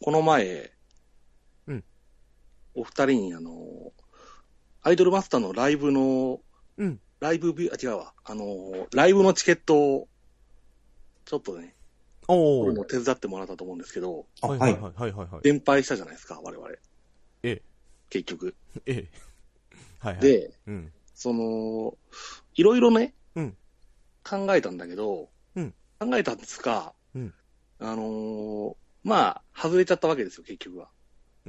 この前、 うん。 お二人にアイドルマスターのライブの、 うん。 ライブビュー、違うわ。ライブのチケットを、ちょっとね、 おー。 これも手伝ってもらったと思うんですけど、 はいはいはいはいはい。 連敗したじゃないですか、我々。 ええ。 結局。 ええ。はいはい。 で、 うん。 いろいろね、 うん。 考えたんだけど、 うん。 考えたんですが、 うん。 まあ、外れちゃったわけですよ、結局は。 うん。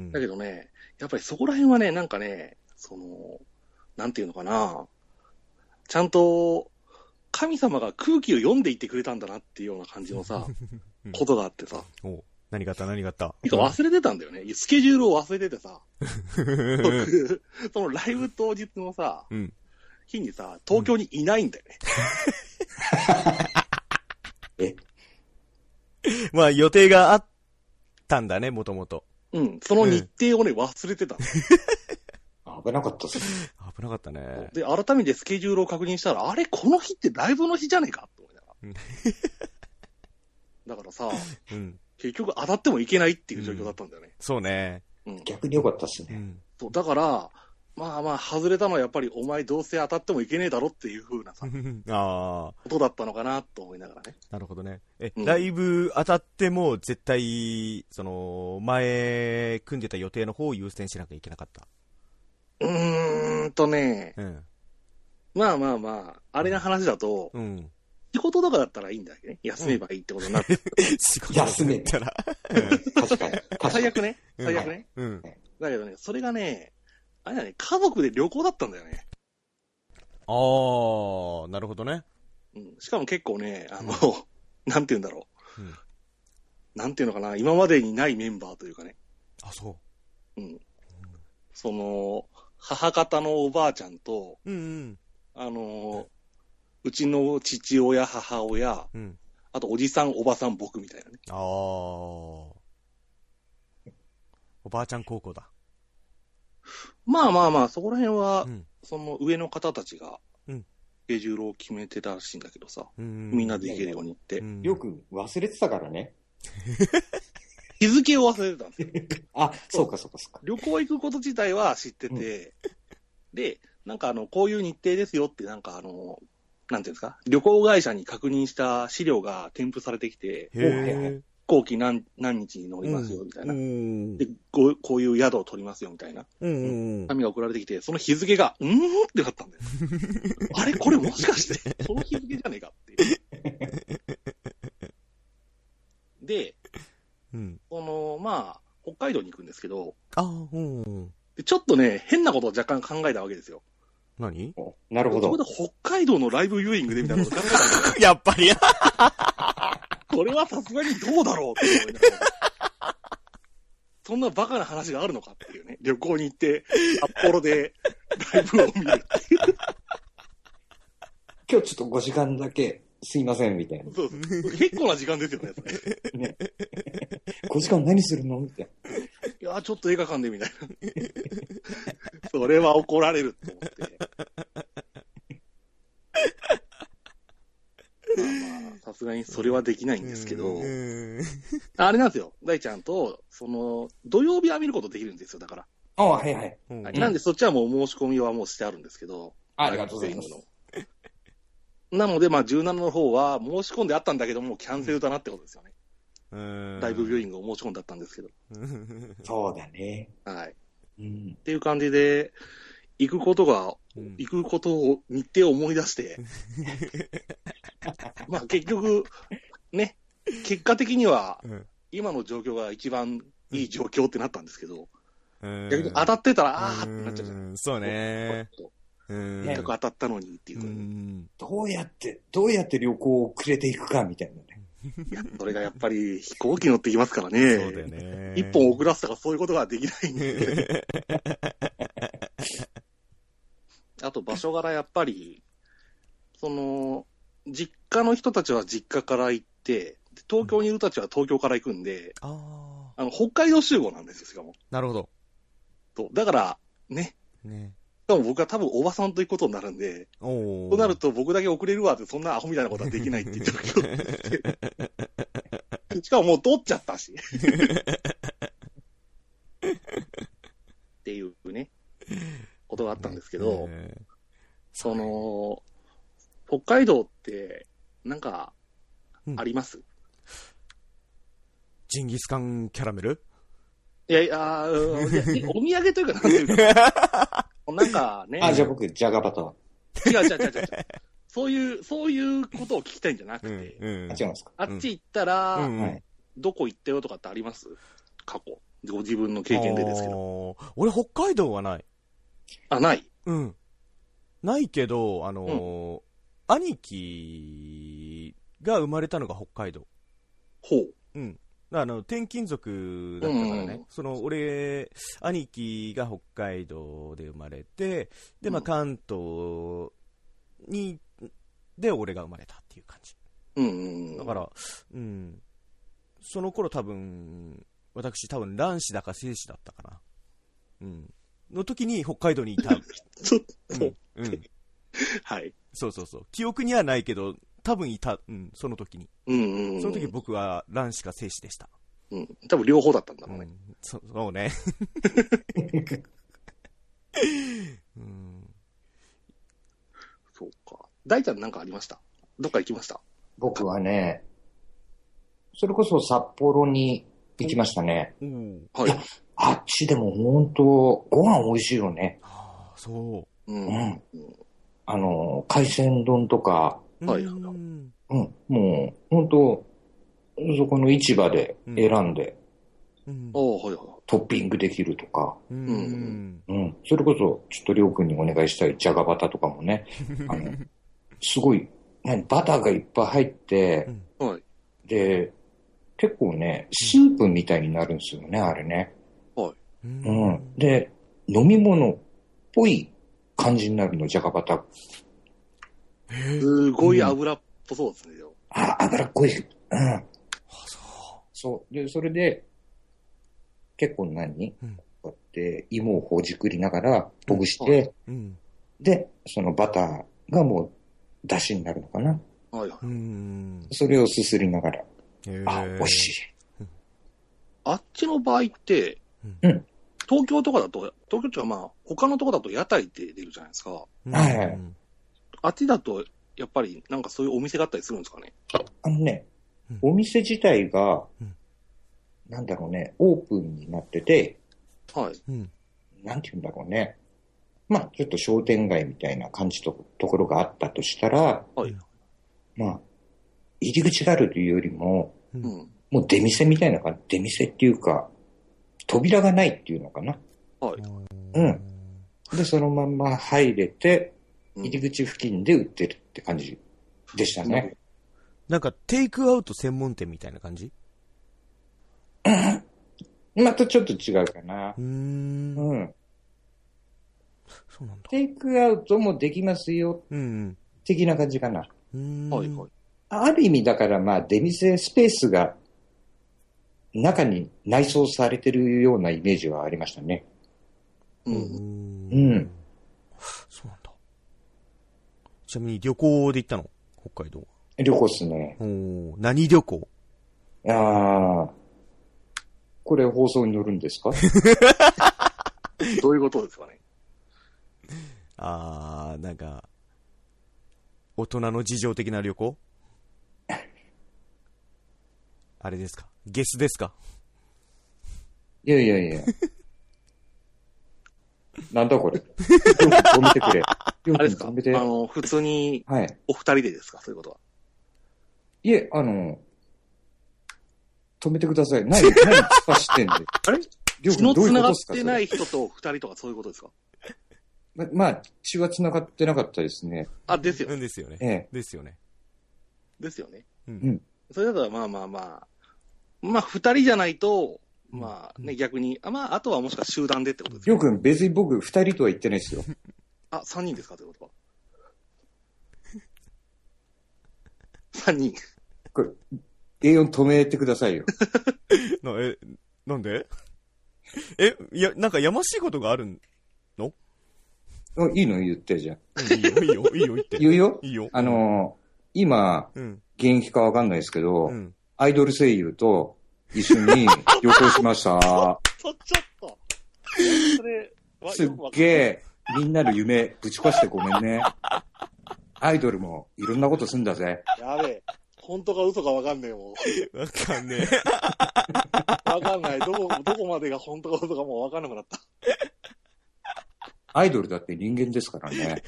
だけどね、やっぱりそこら辺はね、なんかね、なんていうのかな、ちゃんと、神様が空気を読んでいってくれたんだなっていうような感じのさ、 うん、 ことがあってさ。 お何があった何があった。 忘れてたんだよね。スケジュールを忘れててさ。僕、そのライブ当日のさ、 うん、 日にさ、東京にいないんだよね。 まあ予定があったんだね、もともと。 うん、その日程をね、忘れてたの。 危なかったっすね。 危なかったね。 で、改めてスケジュールを確認したら、あれこの日ってライブの日じゃねえかって思いながら。だからさ、 うん、 結局当たってもいけないっていう状況だったんだよね。 そうね。 うん、 逆に良かったっすね。 うん、 そうだから、まあまあ、外れたのはやっぱりお前どうせ当たってもいけねえだろっていう風なさ、 ああ。 ことだったのかなと思いながらね。 なるほどね。 うん、 ライブ当たっても絶対、前組んでた予定の方を優先しなきゃいけなかった。 ね、 うん。 まあまあまあ、あれの話だと、 うん。 仕事とかだったらいいんだけどね。休めばいいってことになって。 休めたら。 確かに。 最悪ね。最悪ね。 うん。 だけどね、それがね、あれだね、家族で旅行だったんだよね。 あー、なるほどね。 うん。しかも結構ね、なんて言うんだろう。 うん。 なんていうのかな、今までにないメンバーというかね。 あ、そうん。母方のおばあちゃんと、 う。うんうん。 うちの父親、母親、 うん。 あとおじさん、おばさん、僕みたいなね。 あー。おばあちゃん高校だ。 まあまあまあ、そこら辺は、 うん。 その上の方たちが、 うん。 スケジュールを決めてたらしいんだけどさ、 うんみんなで行けるようにって。 よく忘れてたからね。 日付を忘れてたんですよ。 あ、そうかそうかそうか。 旅行行くこと自体は知ってて、で、なんかこういう日程ですよって、なんかなんていうんですか、旅行会社に確認した資料が添付されてきて、 へ飛行機何日に乗りますよみたいな。でこういう宿を取りますよみたいな。紙が送られてきて、その日付が、ってなったんだよ。あれこれもしかして、その日付じゃねえかっていう。で、まあ、北海道に行くんですけど、でちょっとね、変なことを若干考えたわけですよ。 何？ なるほど。 そこで北海道のライブビューイングでみたいなこと考えたんですよ。 やっぱりこれはさすがにどうだろうって思いながら。そんなバカな話があるのかっていうね。旅行に行って、札幌でライブを見るっていう。 今日ちょっと5時間だけすいませんみたいな。 そうそう。結構な時間ですよね。 ね5時間何するのみたいな。 いや、ちょっと映画館でみたいな。それは怒られると思って。まあ、さすがにそれはできないんですけど、あれなんですよ。大ちゃんと、土曜日は見ることできるんですよ、だから。 はいはい。 なんでそっちはもう申し込みはもうしてあるんですけど。 ありがとうございます。 なので、まあ17の方は申し込んであったんだけども、キャンセルだなってことですよね。ライブビューイングを申し込んであったんですけど。 そうだね。 はい。 うん、 っていう感じで、行くことを、日程を思い出して、まあ結局、ね、結果的には、今の状況が一番いい状況ってなったんですけど、逆に当たってたら、あーってなっちゃうじゃない。 そうね。 せっかく当たったのにっていうふうに。 どうやって旅行をくれていくかみたいなね。 いや、それがやっぱり飛行機乗ってきますからね。 そうだよね。 一本遅らすとかそういうことができないんで。あと場所柄やっぱり、実家の人たちは実家から行って、東京にいる人たちは東京から行くんで、北海道集合なんですよ、しかも。 なるほど。 だから、ね。しかも僕は多分おばさんと行くことになるんで、となると僕だけ遅れるわってそんなアホみたいなことはできないっていう状況。しかももう通っちゃったし。 けど、北海道って、なんか、あります？ ジンギスカンキャラメル？ いやいや、お土産というか、なんていうか、なんかね。 じゃあ僕、じゃがバター。 違う。そういうことを聞きたいんじゃなくて。 違うんですか。 あっち行ったら、どこ行ったよとかってあります？過去。ご自分の経験でですけど。 俺、北海道はない。 ない？ ないけど、兄貴が生まれたのが北海道。 ほう。 転勤族だったからね。俺、兄貴が北海道で生まれて、で、関東で俺が生まれたっていう感じ。だから、その頃私多分卵子だか精子だったかな。の時に北海道にいた。 ちょっと。 はい。 そう。記憶にはないけど、多分いた。その時に。その時僕は卵子か精子でした。 多分両方だったんだろうね。 そうね。 そうか。大ちゃんなんかありました？どっか行きました？ 僕はね、それこそ札幌に行きましたね。 はい。 あっちでも本当ご飯美味しいよね。 そう。 海鮮丼とか。 はい。 もう本当そこの市場で選んで、トッピングできるとか。それこそちょっとりょうくんにお願いしたいじゃがバタとかもね、すごいバターがいっぱい入って、で結構ねスープみたいになるんですよね、あれね。で、飲み物っぽい感じになるの、じゃがバタ。 すごい油っぽそうですね。 油っこい。そう。で、それで、結構こうやって芋をほじくりながらほぐして、で、そのバターがもう出汁になるのかな。それをすすりながら。美味しい。 あっちの場合って、東京とかだと、東京っていうか他のとこだと屋台って出るじゃないですか。あっちだと、やっぱりなんかそういうお店があったりするんですかね？ お店自体が、なんだろうね、オープンになってて、なんて言うんだろうね。ちょっと商店街みたいな感じところがあったとしたら、入り口があるというよりも、もう出店みたいな感じ、出店っていうか、扉がないっていうのかな。で、そのまんま入れて、入り口付近で売ってるって感じでしたね。 なんか、テイクアウト専門店みたいな感じ？ またちょっと違うかな。 そうなんだ。 テイクアウトもできますよ。的な感じかな。ある意味だから出店スペースが中に内装されてるようなイメージはありましたね。 そうなんだ。ちなみに旅行で行ったの？北海道。 旅行っすね。 何旅行？ これ放送に載るんですか？ どういうことですかね？ なんか、大人の事情的な旅行？あれですか？ゲスですか？ いや。なんだこれ。止めてくれ。 あれですか？普通に、お二人でですか？そういうことは。 いえ、止めてください。何突っ走ってんで。 あれ？血の繋がってない人と二人とかそういうことですか？ 血は繋がってなかったですね。 ですよね。 ですよね。ですよね。 ですよね。それだったら二人じゃないと、逆に、あとはもしか集団でってことですか？ りょうくん、別に僕二人とは言ってないですよ。 三人ですか？ということは。三人。 これ、A4 止めてくださいよ。 なんで？なんかやましいことがあるの？ いいの言ってじゃん。 いいよ言って。 言うよ。 いいよ。 今、現役かわかんないですけど、アイドル声優と一緒に旅行しました。 ちょっと。 すっげえ、 みんなの夢ぶち壊してごめんね。アイドルもいろんなことすんだぜ。 やべえ。本当か嘘かわかんねえもん。わかんねえ。 わかんない。どこまでが本当か嘘かもうわかんなくなった。 アイドルだって人間ですからね。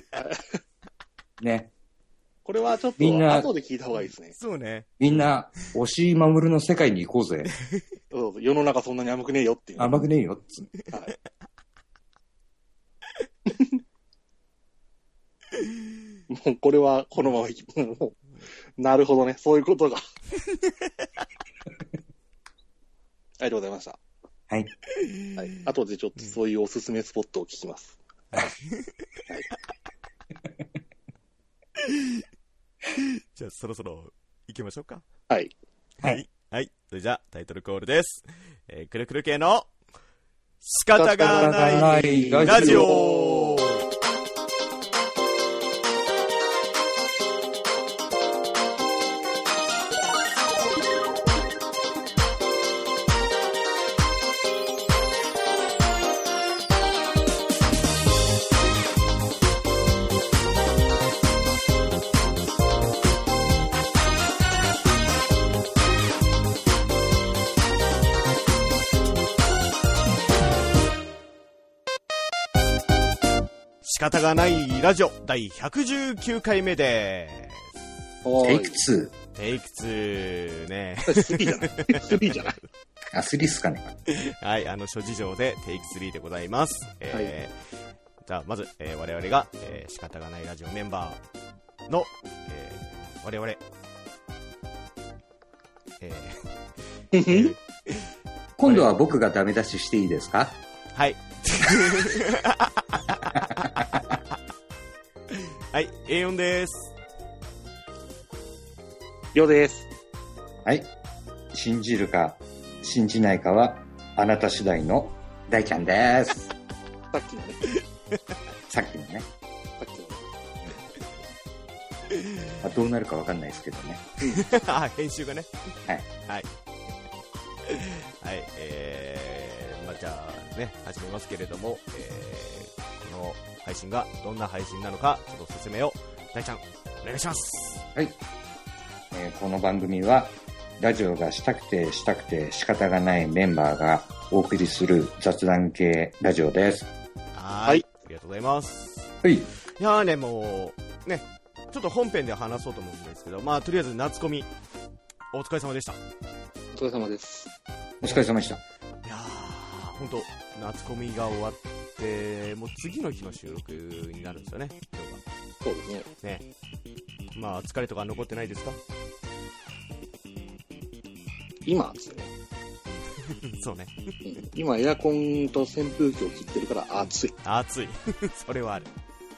ね。 これはちょっと後で聞いた方がいいですね。 そうね。 みんな、押井守の世界に行こうぜ。 世の中そんなに甘くねえよっていう、ね。 甘くねえよっつ。はい。 もうこれはこのままもうなるほどね。そういうことが。ありがとうございました。 はい。 はい。後でちょっとそういうおすすめスポットを聞きます。はい。 じゃあそろそろ行きましょうか。 はい。 はい。はい。それじゃあタイトルコールです。くるくる系の仕方がないラジオ。仕方がないラジオ第119回目でーす。テイク2。 テイク2ね。 3じゃない ?3 じゃないあ、3っすかね。 はい、諸事情でテイク3でございます。はい、じゃあ、まず、我々が、仕方がないラジオメンバーの、我々、 今度は僕がダメ出ししていいですか？ はい。はい、A4 です。 りょうです。 はい。信じるか、信じないかは、あなた次第の大ちゃんです。 さっきのね。 さっきのね。まあ、どうなるかわかんないですけどね。 あ、編集がね。 はい。 はい。はい、まあ、じゃあね、始めますけれども、この配信がどんな配信なのか、ちょっと説明を、大ちゃん、お願いします。 はい。この番組は、ラジオがしたくて仕方がないメンバーがお送りする雑談系ラジオです。 はい。ありがとうございます。 はい。いやーね、もう、ね、ちょっと本編で話そうと思うんですけど、まあ、とりあえず夏コミ、お疲れ様でした。 お疲れ様です。 お疲れ様でした。 いやー、ほんと、夏コミが終わって、もう次の日の収録になるんですよね、今日は。 そうですね。 ね。まあ、疲れとか残ってないですか？ 今ですね。 そうね。 今エアコンと扇風機を切ってるから暑い。 暑い。それはある。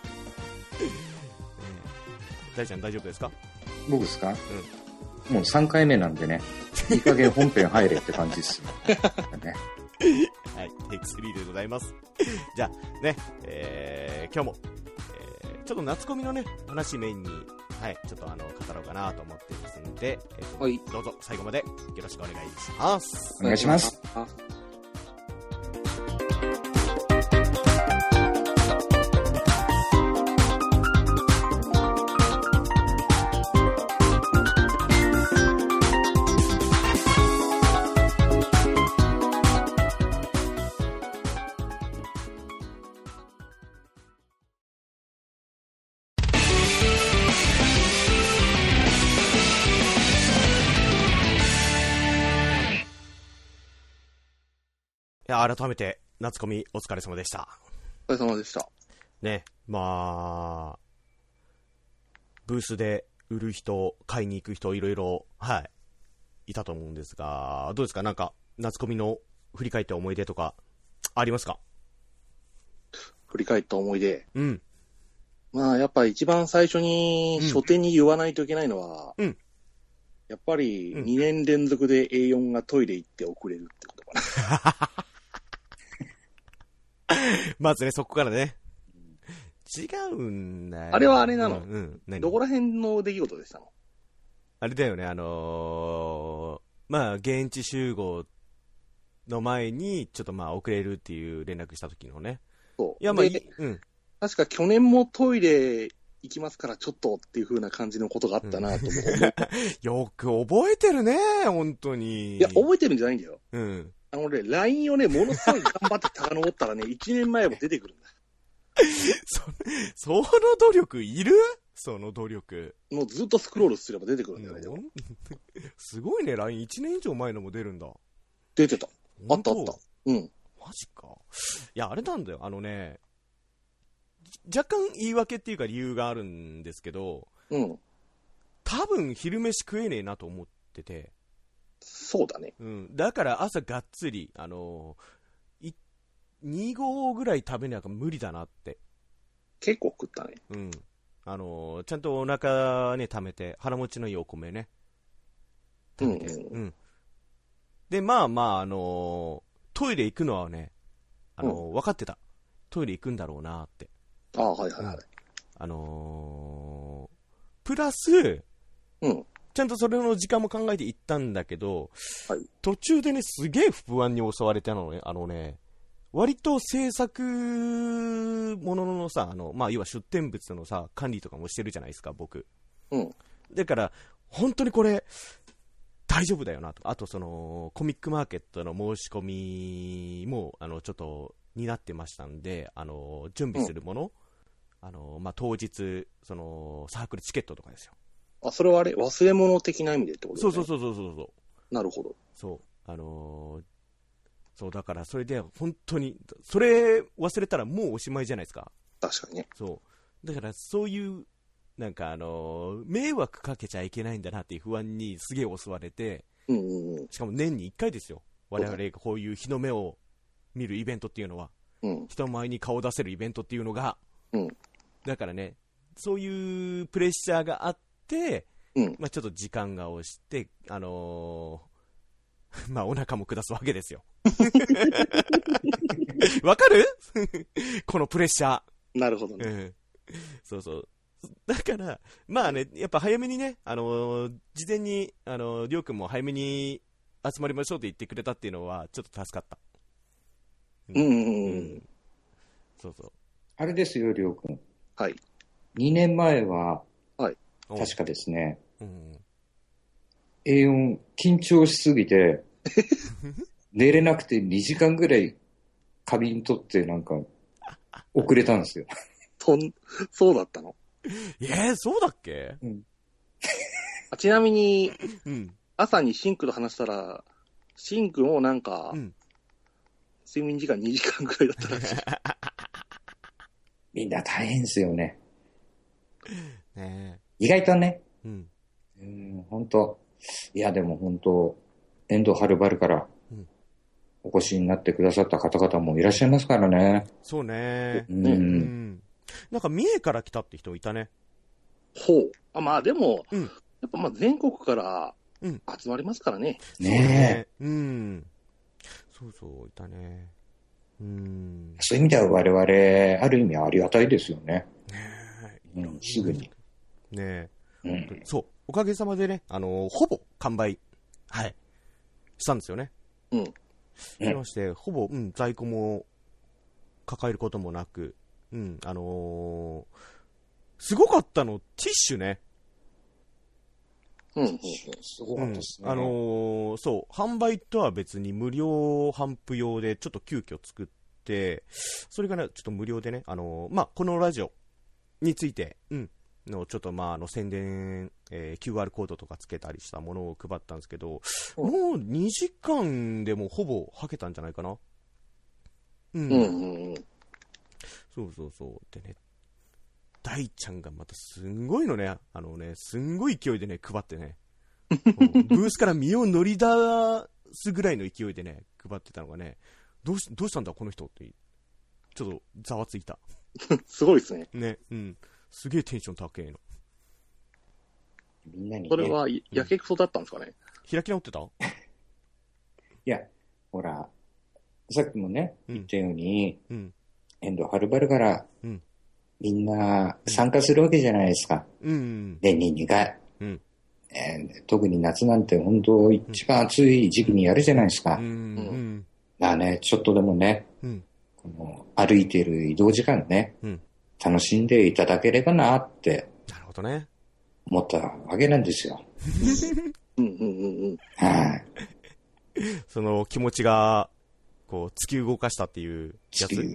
大ちゃん大丈夫ですか？ 僕ですか？うん。もう3回目なんでね、いい加減本編入れって感じですよ。ね、 はい、テイク3でございます。じゃあね、今日も、ちょっと夏コミのね、話メインに、はい、ちょっと語ろうかなと思ってますんで、 はい、 どうぞ最後までよろしくお願いします。 お願いします。 改めて夏コミお疲れ様でした。 お疲れ様でした。 ね、まあブースで売る人、買いに行く人いろいろいたと思うんですが、どうですか？なんか夏コミの振り返った思い出とかありますか？ 振り返った思い出。 うん。 まあやっぱ一番最初に書店に言わないといけないのは、 うん、 やっぱり2年連続で A4 がトイレ行って遅れるってことかな。 まずね、そこからね。違うんだよ。 あれはあれなの？ 何？ どこら辺の出来事でしたの？ あれだよね、まあ、現地集合の前に、ちょっとまあ、遅れるっていう連絡した時のね。 そう。 いや、まあ、 確か去年もトイレ行きますからちょっとっていう風な感じのことがあったなと思う。 よく覚えてるね、本当に。 いや、覚えてるんじゃないんだよ。 うん。 LINE をね、ものすごい頑張って遡ったらね、1年前も出てくるんだ。 その努力いる？その努力。 もうずっとスクロールすれば出てくるんだよね。 すごいね、LINE1 年以上前のも出るんだ。 出てた。あったあった。うん。 マジか。いや、あれなんだよ。若干言い訳っていうか理由があるんですけど、 うん。 多分昼飯食えねえなと思ってて。 そうだね。 うん。だから朝がっつり、2合ぐらい食べなきゃ無理だなって。 結構食ったね。 うん。ちゃんとお腹ね、溜めて、腹持ちのいいお米ね。食べて。うん。で、まあまあ、トイレ行くのはね、分かってた。トイレ行くんだろうなって。 ああ、はいはいはい。 プラス、 うん。 ちゃんとそれの時間も考えて行ったんだけど、 はい。 途中でね、すげえ不安に襲われたのね、割と制作もののさ、まあ、要は出展物のさ、管理とかもしてるじゃないですか、僕。 うん。 だから、本当にこれ、大丈夫だよなと。あと、コミックマーケットの申し込みも、ちょっと、になってましたんで、準備するもの、まあ、当日、サークルチケットとかですよ。 あ、それはあれ忘れ物的な意味でってことですね。 そう。 なるほど。 そう。そう、だから、それで、本当に、それ忘れたらもうおしまいじゃないですか。 確かにね。 そう。だから、そういう、なんか迷惑かけちゃいけないんだなっていう不安にすげえ襲われて、しかも年に1回ですよ。我々がこういう日の目を見るイベントっていうのは。人前に顔を出せるイベントっていうのが。だからね、そういうプレッシャーがあって、まあちょっと時間が押して、まあお腹も下すわけですよ。わかるこのプレッシャー。なるほどね。 そうそう。だから、まあね、やっぱ早めにね、事前に、りょうくんも早めに集まりましょうって言ってくれたっていうのは、ちょっと助かった。そうそう。 あれですよ、りょうくん。 はい。 2年前は、 はい。 確かですね、A4 緊張しすぎて、寝れなくて2時間ぐらい仮眠取ってなんか、遅れたんですよ。 そうだったの？ そうだっけ？ ちなみに、朝にシンクと話したら、シンクもなんか、睡眠時間2時間ぐらいだったらしい。 みんな大変ですよね。 ね、 意外とね。本当。いや、でも本当、遠藤はるばるから、お越しになってくださった方々もいらっしゃいますからね。 そうね。なんか三重から来たって人いたね。 ほう。まあでも、やっぱまあ全国から集まりますからね。 ねえ。 そうそう、いたね。 そういう意味では我々、ある意味ありがたいですよね。すぐに。 ねえ。そう。おかげさまでね、ほぼ完売、したんですよね。しまして、ほぼ、在庫も抱えることもなく、すごかったの、ティッシュね。 すごかったですね。 そう、販売とは別に無料販布用でちょっと急遽作って、それがね、ちょっと無料でね、まあ、このラジオについて、のちょっとまあ宣伝、QR コードとかつけたりしたものを配ったんですけど、もう2時間でもほぼはけたんじゃないかな。そうでね、大ちゃんがまたすんごいのね、すんごい勢いでね配ってね、ブースから身を乗り出すぐらいの勢いでね配ってたのがね、どうしたんだこの人ってちょっとざわついた。 すごいですね。 ね、すげえテンション高いの。 みんなに、ね、 それはやけくそだったんですかね。 開き直ってた？ いや、ほら、さっきもね、言ったように、遠藤はるばるから、みんな参加するわけじゃないですか。年に2回。特に夏なんて本当一番暑い時期にやるじゃないですか。まあね、ちょっとでもね、 歩いている移動時間ね、楽しんでいただければなって。 なるほどね。 思ったわけなんですよ。 はい。その気持ちが、こう、突き動かしたっていうやつ。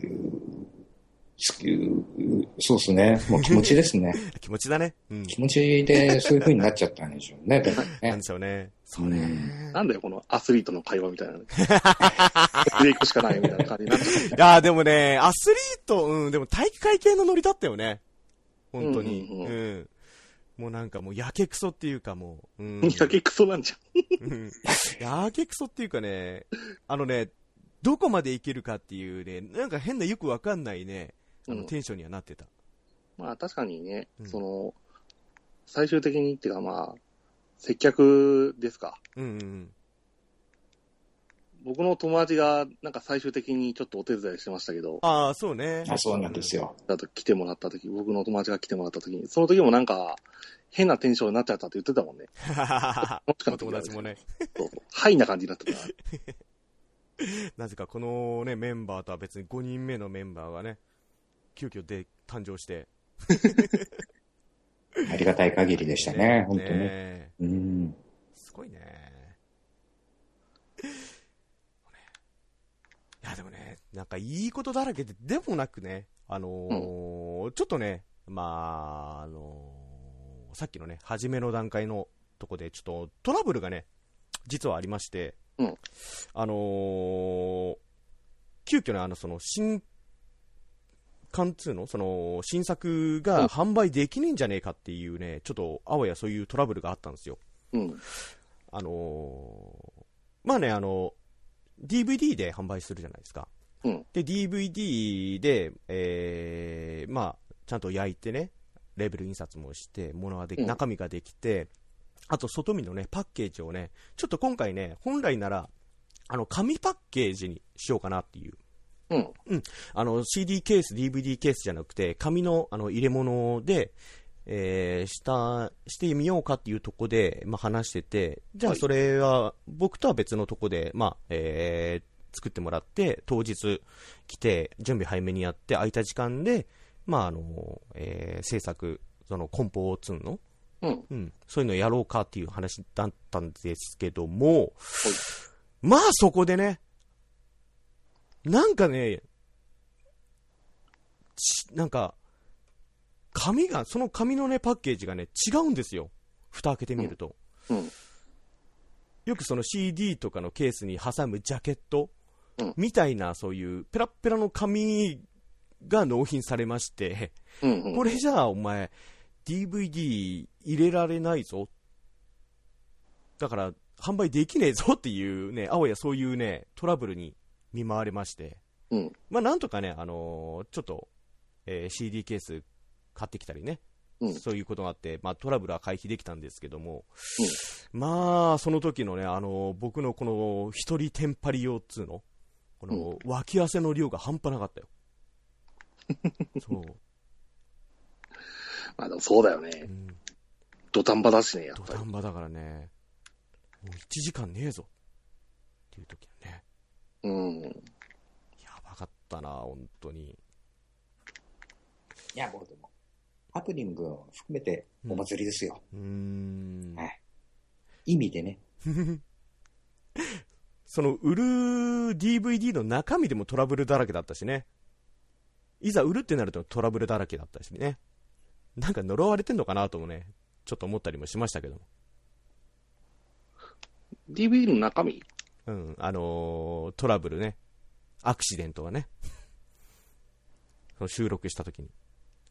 そうですね。もう気持ちですね。 気持ちだね。 気持ちでそういう風になっちゃったんでしょうね。 なんでしょうね。そうね。 なんだよ、このアスリートの会話みたいな。ブレイクしかないみたいな感じになっちゃった。 いや、でもね、アスリート、でも体育会系のノリだったよね。本当に。もうなんかもうやけくそっていうかもう。 やけくそなんじゃん。やけくそっていうかね、どこまでいけるかっていうね、なんか変なよくわかんないね、テンションにはなってた。 まあ確かにね、最終的にっていうかまあ、接客ですか。僕の友達がなんか最終的にちょっとお手伝いしてましたけど。 ああ、そうね。 そうなんですよ。 だと来てもらった時、僕の友達が来てもらった時に、その時もなんか、変なテンションになっちゃったって言ってたもんね。 お友達もね。 はいな感じになってた。 なぜかこのね、メンバーとは別に5人目のメンバーがね、急遽で誕生して。 ありがたい限りでしたね、本当に。 すごいね。いやでもね、なんかいいことだらけでもなくね、ちょっとね、まあ、さっきのね、初めの段階のとこでちょっとトラブルがね、実はありまして、急遽ね、その新貫通のその新作が販売できねえんじゃねえかっていうね、ちょっとあわやそういうトラブルがあったんですよ。まあね、DVD で販売するじゃないですか。で、DVD で、まあ、ちゃんと焼いてね、レーベル印刷もして、中身ができて、あと外見のね、パッケージをね、ちょっと今回ね、本来なら、紙パッケージにしようかなっていう。CD ケース、DVD ケースじゃなくて、紙の、入れ物で、してみようかっていうとこで、まあ、話してて、じゃあそれは、僕とは別のとこで、まあ、作ってもらって、当日来て、準備早めにやって、空いた時間で、まあ、制作、その梱包を積むの、そういうのやろうかっていう話だったんですけども、まあそこでね、なんかね、なんか、その紙のね、パッケージがね、違うんですよ。蓋開けてみると。よくその CD とかのケースに挟むジャケット、みたいな、そういうペラッペラの紙が納品されまして、これじゃあお前、DVD 入れられないぞ。だから、販売できねえぞっていうね、あわやそういうね、トラブルに見舞われまして、まあなんとかね、ちょっと、CD ケース買ってきたりね、そういうことがあって、まあトラブルは回避できたんですけども、まあその時のね、僕のこの一人テンパリ用っつうの、この脇汗の量が半端なかったよ。そう。 まあでもそうだよね。土壇場だしね、やっぱり。 土壇場だからね。もう1時間ねえぞ。っていう時はね。やばかったな、本当に。 いや、もうでも、ハプニングを含めてお祭りですよ。はい。意味でね。 その、売る DVD の中身でもトラブルだらけだったしね。いざ売るってなるとトラブルだらけだったしね。なんか呪われてんのかなともね、ちょっと思ったりもしましたけども。 DVD の中身？ トラブルね。アクシデントがね。その収録したときに。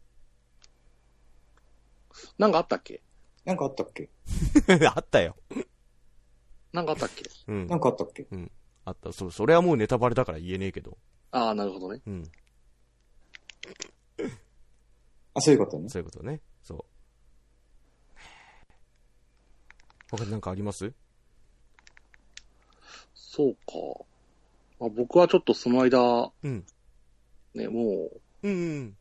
なんかあったっけ？ なんかあったっけ？ あったよ。 なんかあったっけ？ なんかあったっけ？ あった。それはもうネタバレだから言えねえけど。 ああ、なるほどね。 そういうことね。 そういうことね。そう。他に何かあります？ そうか。まあ、僕はちょっとその間、ね、もう、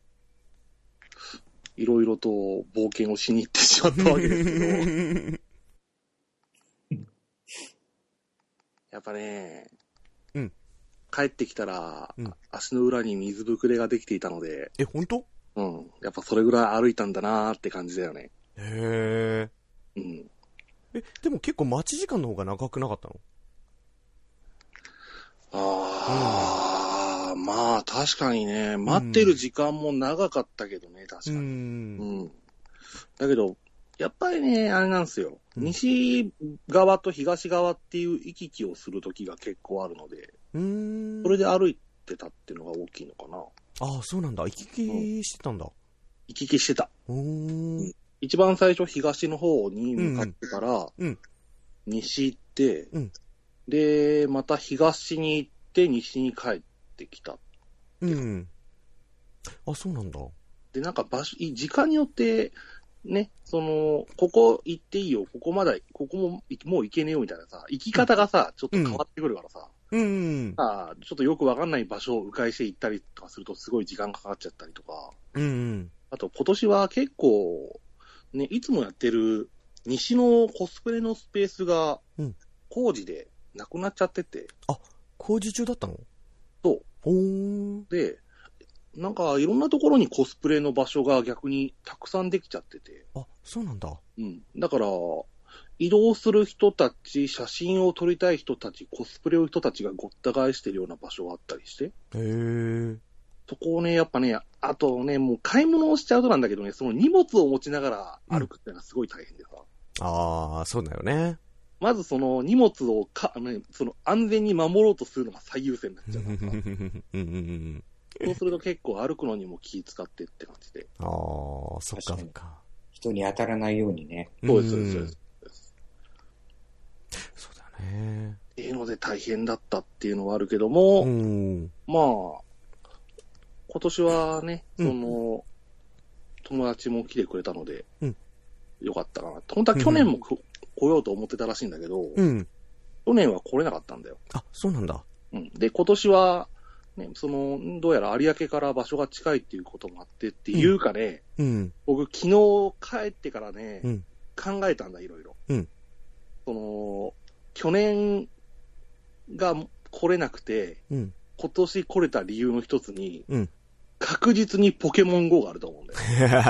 いろいろと冒険をしに行ってしまったわけですけど、やっぱね、 帰ってきたら、足の裏に水ぶくれができていたので。 本当？ うん。やっぱそれぐらい歩いたんだなーって感じだよね。 へー。うん。 でも結構待ち時間の方が長くなかったの？ まあ確かにね、待ってる時間も長かったけどね、確かに。だけど、やっぱりね、あれなんですよ。西側と東側っていう行き来をする時が結構あるので、それで歩いてたっていうのが大きいのかな。 ああ、そうなんだ。行き来してたんだ。 行き来してた。一番最初東の方に向かってから、西行って、で、また東に行って西に帰ってきた。 あ、そうなんだ。 で、なんか時間によって、ね、ここ行っていいよ、ここもう行けねえよみたいなさ、行き方がさ、ちょっと変わってくるからさ、ちょっとよくわかんない場所を迂回して行ったりとかするとすごい時間かかっちゃったりとか、あと今年は結構、ね、いつもやってる西のコスプレのスペースが工事でなくなっちゃってて。 あ、工事中だったの？ そう。で、なんかいろんなところにコスプレの場所が逆にたくさんできちゃってて。 あ、そうなんだ。 だから、移動する人たち、写真を撮りたい人たち、コスプレを人たちがごった返してるような場所があったりして。そこをね、やっぱね、あとね、もう買い物をしちゃうとなんだけどね、その荷物を持ちながら歩くってのはすごい大変でさ。 ああ、そうだよね。 まずその荷物をその安全に守ろうとするのが最優先になっちゃうからさ。そうすると結構歩くのにも気使ってって感じで。 ああ、そっかそっか。 人に当たらないようにね。 そうです、そうです。 そうだね。 っていうので大変だったっていうのはあるけども、まあ、今年はね、友達も来てくれたので、よかったかな。本当は去年も来ようと思ってたらしいんだけど、去年は来れなかったんだよ。 あ、そうなんだ。 で、今年は、ね、どうやら有明から場所が近いっていうこともあってっていうかね、僕昨日帰ってからね、考えたんだ、いろいろ。去年が来れなくて、今年来れた理由の一つに、確実にポケモン GO があると思うんだ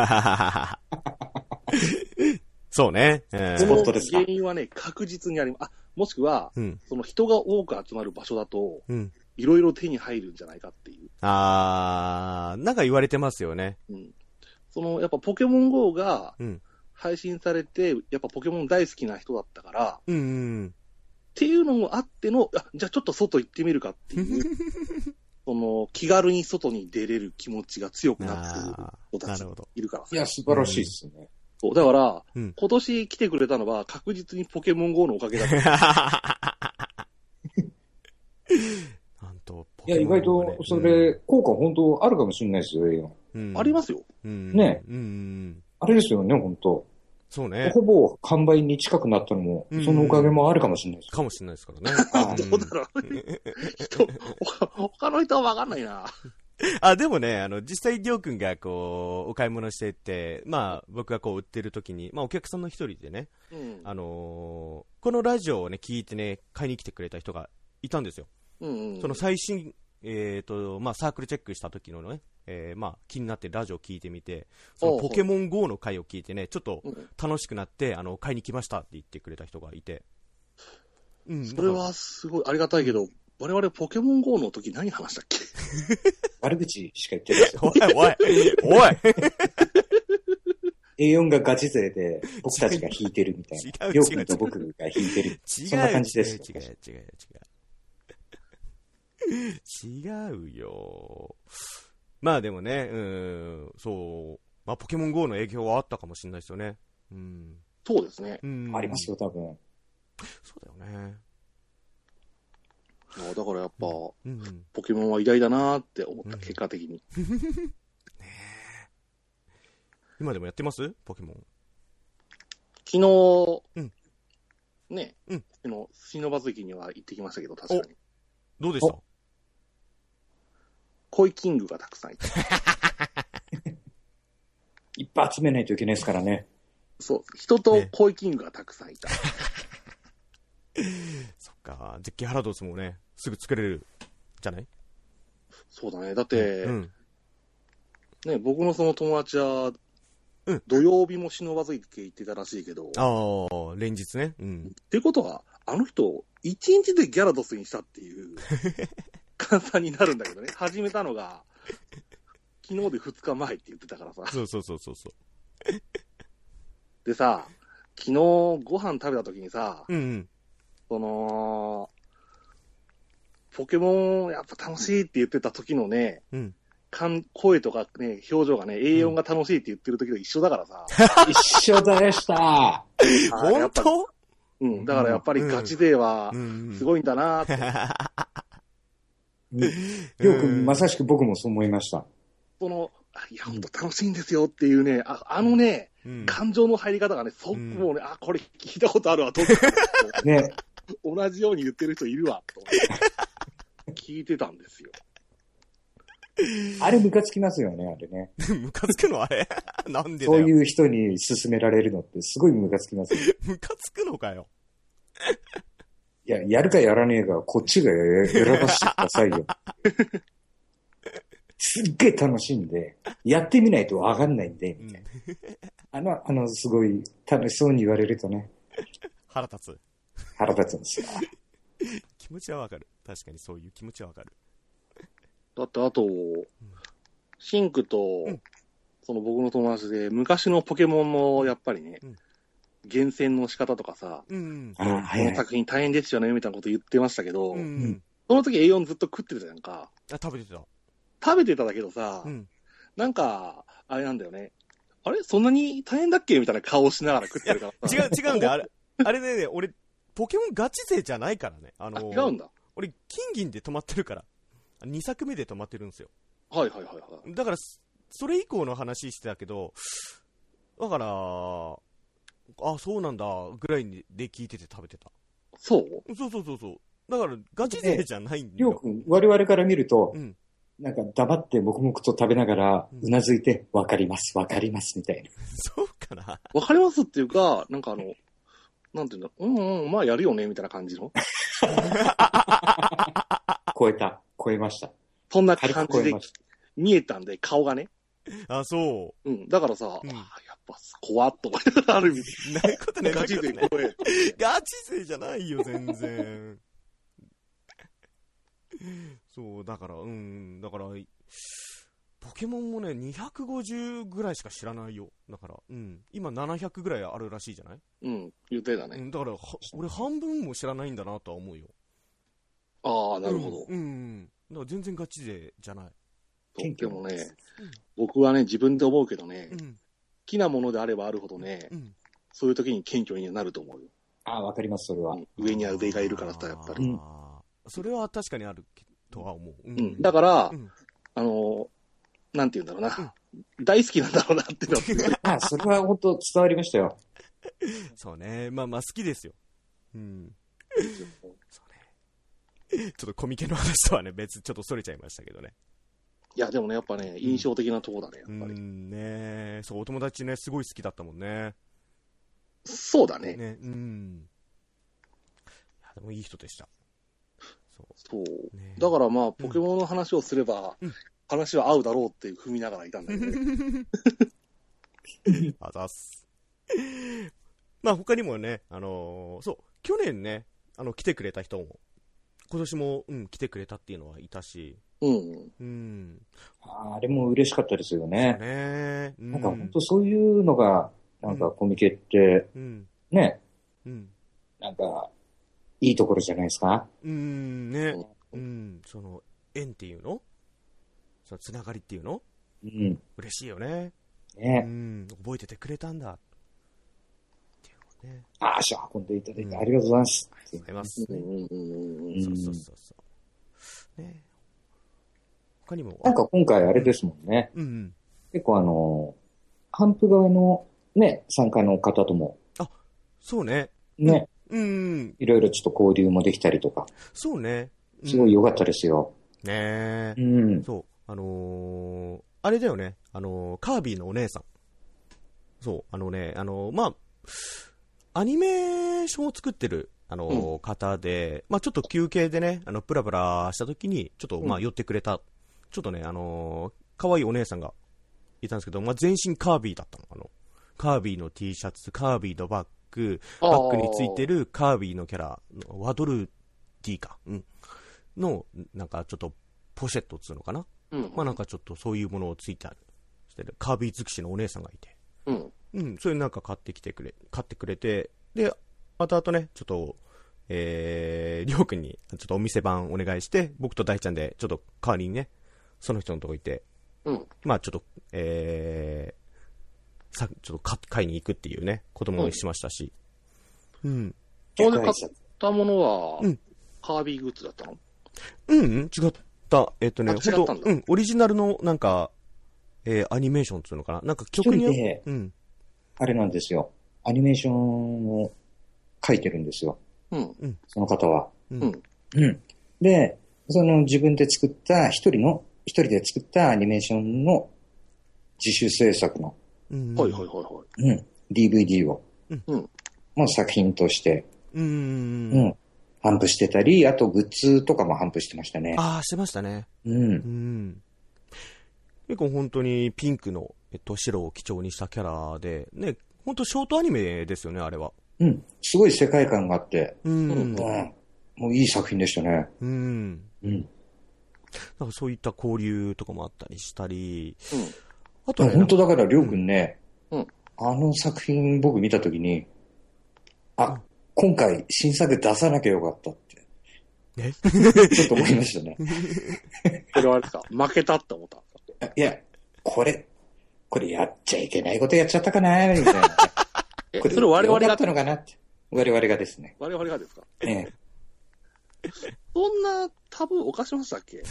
よ。そうね。 その原因はね、確実にあります。もしくは、その人が多く集まる場所だと、いろいろ手に入るんじゃないかっていう。 なんか言われてますよね。 やっぱポケモン GO が配信されて、やっぱポケモン大好きな人だったから、っていうのもあっての、じゃあちょっと外行ってみるかっていう、気軽に外に出れる気持ちが強くなっている人たちいるからさ。 いや、素晴らしいですね。 そう、だから、今年来てくれたのは確実にポケモン GO のおかげだった。 いや、意外と、それ、効果本当あるかもしれないですよ、 ありますよ。 ね。あれですよね、本当。 そうね。 ほぼ完売に近くなったのも、そのおかげもあるかもしれないです。 かもしれないですからね。どうだろう。他の人はわかんないな。 でもね、実際、りょうくんがお買い物してて、まあ、僕が売ってる時に、まあ、お客さんの一人でね、このラジオをね、聞いてね、買いに来てくれた人がいたんですよ。その最新、まあ、サークルチェックした時のね、まあ、気になってラジオを聞いてみて、そのポケモン GO の回を聞いてね、ちょっと楽しくなって、買いに来ましたって言ってくれた人がいて。 それはすごいありがたいけど、我々ポケモン GO の時何話したっけ？ 悪口しか言ってないですよ。 おい A4 がガチ勢で僕たちが引いてるみたいな。りょうくんと僕が引いてる。そんな感じです。 違うよ。まあでもね、そう。まあポケモン GO の影響はあったかもしれないですよね。 そうですね。 ありますよ、多分。 そうだよね。 だからやっぱ、ポケモンは偉大だなーって思った、結果的に。 ね今でもやってますポケモン。 昨日、ね、シノバズ駅には行ってきましたけど、確かに。 どうでした？ コイキングがたくさんいた。 いっぱい集めないといけないですからね。 そう、人とコイキングがたくさんいた。 そっか、で、ギャラドスもね、すぐ作れるじゃない？ そうだね。だって、ね、僕のその友達は、土曜日も忍ばずって言ってたらしいけど。 ああ、連日ね。 ってことは、あの人、1日でギャラドスにしたっていう、換算になるんだけどね。始めたのが、昨日で2日前って言ってたからさ。 そう。 でさ、昨日ご飯食べた時にさ、その、ポケモンやっぱ楽しいって言ってた時のね、声とかね、表情がね、A4 が楽しいって言ってる時と一緒だからさ。 一緒でした。 本当？ だからやっぱりガチ勢は、すごいんだなーって。 りょうくん、まさしく僕もそう思いました。 いや、ほんと楽しいんですよっていうね、あのね、感情の入り方がね、もうね、これ聞いたことあるわ、 ね。 同じように言ってる人いるわ、と。聞いてたんですよ。 あれムカつきますよね、あれね。 ムカつくのあれなんでだよ。 そういう人に勧められるのってすごいムカつきますよ。 ムカつくのかよ。 いや、やるかやらねえか、こっちが選ばせてくださいよ。すっげえ楽しいんで、やってみないとわかんないんで、みたいな。すごい楽しそうに言われるとね。 腹立つ。 腹立つんですよ。 気持ちはわかる。確かにそういう気持ちはわかる。 だってあと、シンクと、その僕の友達で、昔のポケモンの、やっぱりね、厳選の仕方とかさ、この作品大変ですよね、みたいなこと言ってましたけど、その時 A4 ずっと食ってたじゃんか。 食べてた。 食べてただけどさ、なんか、あれなんだよね。あれそんなに大変だっけみたいな顔をしながら食ってるからさ。 違うんだよ。あれね、俺、ポケモンガチ勢じゃないからね。 違うんだ。 俺、金銀で止まってるから。2作目で止まってるんですよ。 はい。 だから、それ以降の話してたけど、だから、そうなんだ、ぐらいで聞いてて食べてた。 そう。 だから、ガチ勢じゃないんだよ。 りょうくん、我々から見ると、なんか黙って黙々と食べながら、うなずいて、わかります、みたいな。 そうかな。 わかりますっていうか、なんかなんていうんだ、まあやるよね、みたいな感じの。 超えました。 そんな感じで見えたんで、顔がね。 そう。 だからさ、やっぱ怖っと思いながらある意味。 ないことね。 ガチ勢怖え。 ガチ勢じゃないよ、全然。そう、だから、ポケモンもね、250ぐらいしか知らないよ。だから、今700ぐらいあるらしいじゃない？ 言ってたね。 だから、俺半分も知らないんだなとは思うよ。 なるほど。 だから全然ガチ勢じゃない。 でもね、僕はね、自分で思うけどね、好きなものであればあるほどね、そういう時に謙虚になると思うよ。 わかります、それは。 上には上がいるからさ、やっぱり。 それは確かにあるとは思う。 だから、なんて言うんだろうな。大好きなんだろうなってのは。それは本当伝わりましたよ。 そうね。まあ好きですよ。そうね。ちょっとコミケの話とはね、別、ちょっとそれちゃいましたけどね。 いや、でもね、やっぱね、印象的なとこだね、やっぱり。 そう、お友達ね、すごい好きだったもんね。 そうだね。 いや、でもいい人でした。 そう。だからまあ、ポケモンの話をすれば、話は合うだろうって踏みながらいたんだけどね。 あざっす。まあ他にもね、去年ね、来てくれた人も、今年も、来てくれたっていうのはいたし。 あれも嬉しかったですよね。なんか本当そういうのが、なんかコミケって、ね、なんか、いいところじゃないですか。 その、縁っていうの？そのつながりっていうの？嬉しいよね。覚えててくれたんだ。っていうのね。 足を運んでいただいてありがとうございます。 ありがとうございますね。そう。ね。他にも。 なんか今回あれですもんね。結構ハンプ側のね、参加の方とも。 そうね。 ね。いろいろちょっと交流もできたりとか。 そうね。 すごい良かったですよ。 ねそう。あれだよね。カービィのお姉さん。そう。まあ、アニメーションを作ってる方で、まあちょっと休憩でね、プラプラした時に、ちょっと、まあ寄ってくれた、ちょっとね、可愛いお姉さんがいたんですけど、まあ全身カービィだったの。カービィの T シャツ、カービィのバッグについてるカービィのキャラ、ワドル D か、の、なんかちょっとポシェットっつうのかな。まあなんかちょっとそういうものをついてある、してるカービィ尽くしのお姉さんがいて。それなんか買ってくれて、で、またあとね、ちょっと、りょうくんにちょっとお店番お願いして、僕と大ちゃんでちょっと代わりにね、その人のとこ行って、まあちょっと、ちょっと買いに行くっていうね、こともしましたし。 それで買ったものは、カービィグッズだったの？ 違った。本当オリジナルのなんか、アニメーションっていうのかな、なんか曲にあれなんですよ。アニメーションを書いてるんですよ。その方は。で、その自分で作った一人で作ったアニメーションの自主制作の、DVD を、もう作品として、販布してたり、あとグッズとかも販布してましたね。 してましたね。結構本当にピンクの、白を基調にしたキャラで、ね、本当ショートアニメですよね、あれは。 すごい世界観があって、もういい作品でしたね。 なんかそういった交流とかもあったりしたり、あとね、 本当だからりょうくんね、あの作品僕見たときに、今回新作出さなきゃよかったって。ちょっと思いましたね。 これはあれですか、負けたって思った？ いや、これやっちゃいけないことやっちゃったかなみたいな。 これそれ我々がだったのかなって。我々がですね。 我々がですか？そんなタブー犯しましたっけ？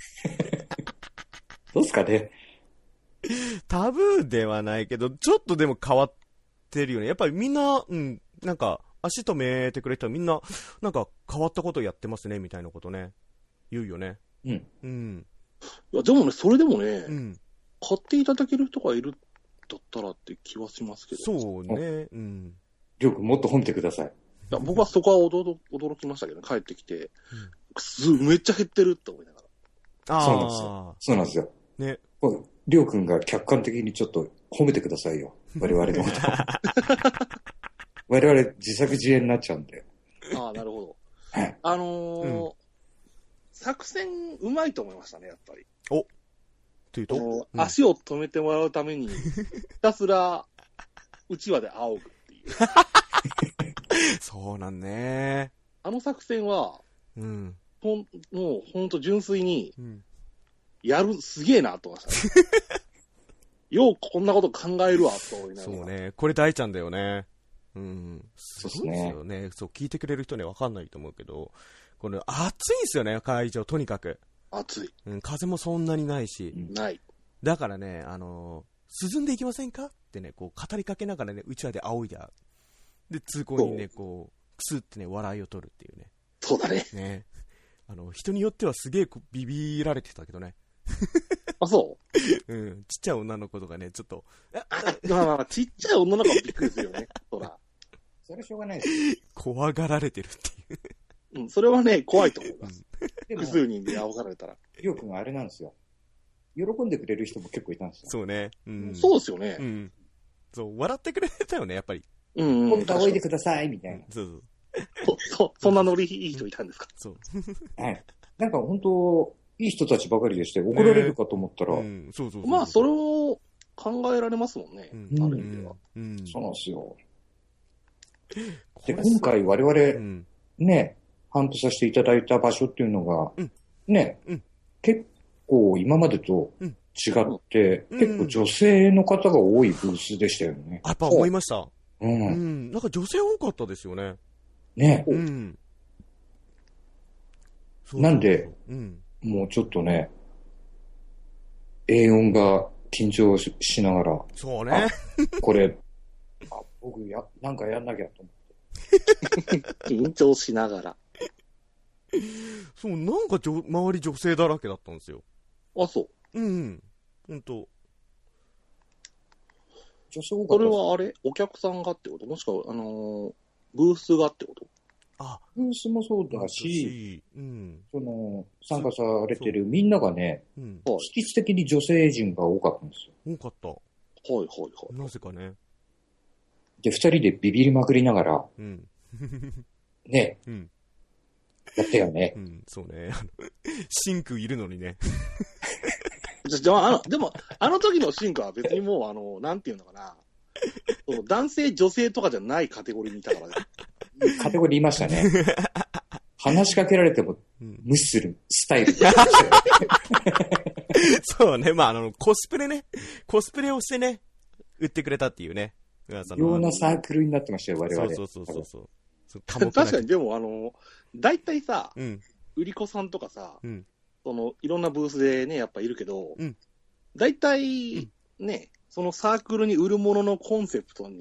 どうすかね。 タブーではないけど、ちょっとでも変わってるよね。やっぱりみんな、なんか、足止めてくれたらみんな、なんか変わったことやってますね、みたいなことね。言うよね。 いや、でもね、それでもね、買っていただける人がいるだったらって気はしますけど。 そうね。 りょうくんもっと褒めてください。 いや、僕はそこは驚きましたけど、帰ってきて、めっちゃ減ってるって思いながら。 そうなんですよ。そうなんですよ。 ね。 りょうくんが客観的にちょっと褒めてくださいよ。我々のこと。我々自作自演になっちゃうんで。 なるほど。作戦うまいと思いましたね、やっぱり。 というと、 足を止めてもらうために、ひたすら、うちわで仰ぐっていう。 そうなんね。 あの作戦は、もうほんと純粋に、すげえなと思いましたね。ようこんなこと考えるわ、と思いながら。 そうね。これ大ちゃんだよね。 そうですね。 よね。そう、聞いてくれる人にはわかんないと思うけど、これ暑いんですよね、会場、とにかく。 暑い。 風もそんなにないし。 ない。 だからね、涼んでいきませんかってね、こう、語りかけながらね、うちわで仰いで、で、通行にね、こう、くすってね、笑いを取るっていうね。 そうだね。 ね。人によってはすげえビビられてたけどね。 そう？ ちっちゃい女の子とかね、ちょっと。 まあ、ちっちゃい女の子はびっくりするよね。そら。 それしょうがないです。 怖がられてるっていう。それはね、怖いと思います。複数人で仰がれたら。 りょうくんはあれなんですよ。喜んでくれる人も結構いたんですよ。 そうね。 そうですよね。 そう、笑ってくれたよね、やっぱり。 もっと仰いでください、みたいな。 そんなノリいい人いたんですか？ そう。 はい。なんか本当、いい人たちばかりでして、怒られるかと思ったら。 まあ、それを考えられますもんね。ある意味では。 そうなんですよ。で、今回我々、ね、頒布させていただいた場所っていうのが、ね、結構今までと違って、結構女性の方が多いブースでしたよね。 やっぱ思いました。なんか女性多かったですよね。 ね。なんで、もうちょっとね、A4 が緊張しながら。 そうね。 これ、僕なんかやんなきゃと思って。緊張しながら。 そう、なんか周り女性だらけだったんですよ。 そう。 ほんと。 女性多かった。 それはあれお客さんがってこと？もしくは、ブースがってこと？ ブースもそうだし、その、参加されてるみんながね、質的に女性陣が多かったんですよ。 多かった。 はいはいはい。 なぜかね。 で、二人でビビりまくりながら、ね、やったよね。 そうね。シンクいるのにね。 でも、あの時のシンクは別にもう、なんていうのかな。男性、女性とかじゃないカテゴリーにいたからね。 カテゴリーいましたね。話しかけられても無視するスタイル。 そうね。まあ、コスプレをしてね、売ってくれたっていうね。 ようなサークルになってましたよ、我々。 そう。 確かに、でも、大体さ、売り子さんとかさ、いろんなブースでね、やっぱいるけど、大体、ね、そのサークルに売るもののコンセプト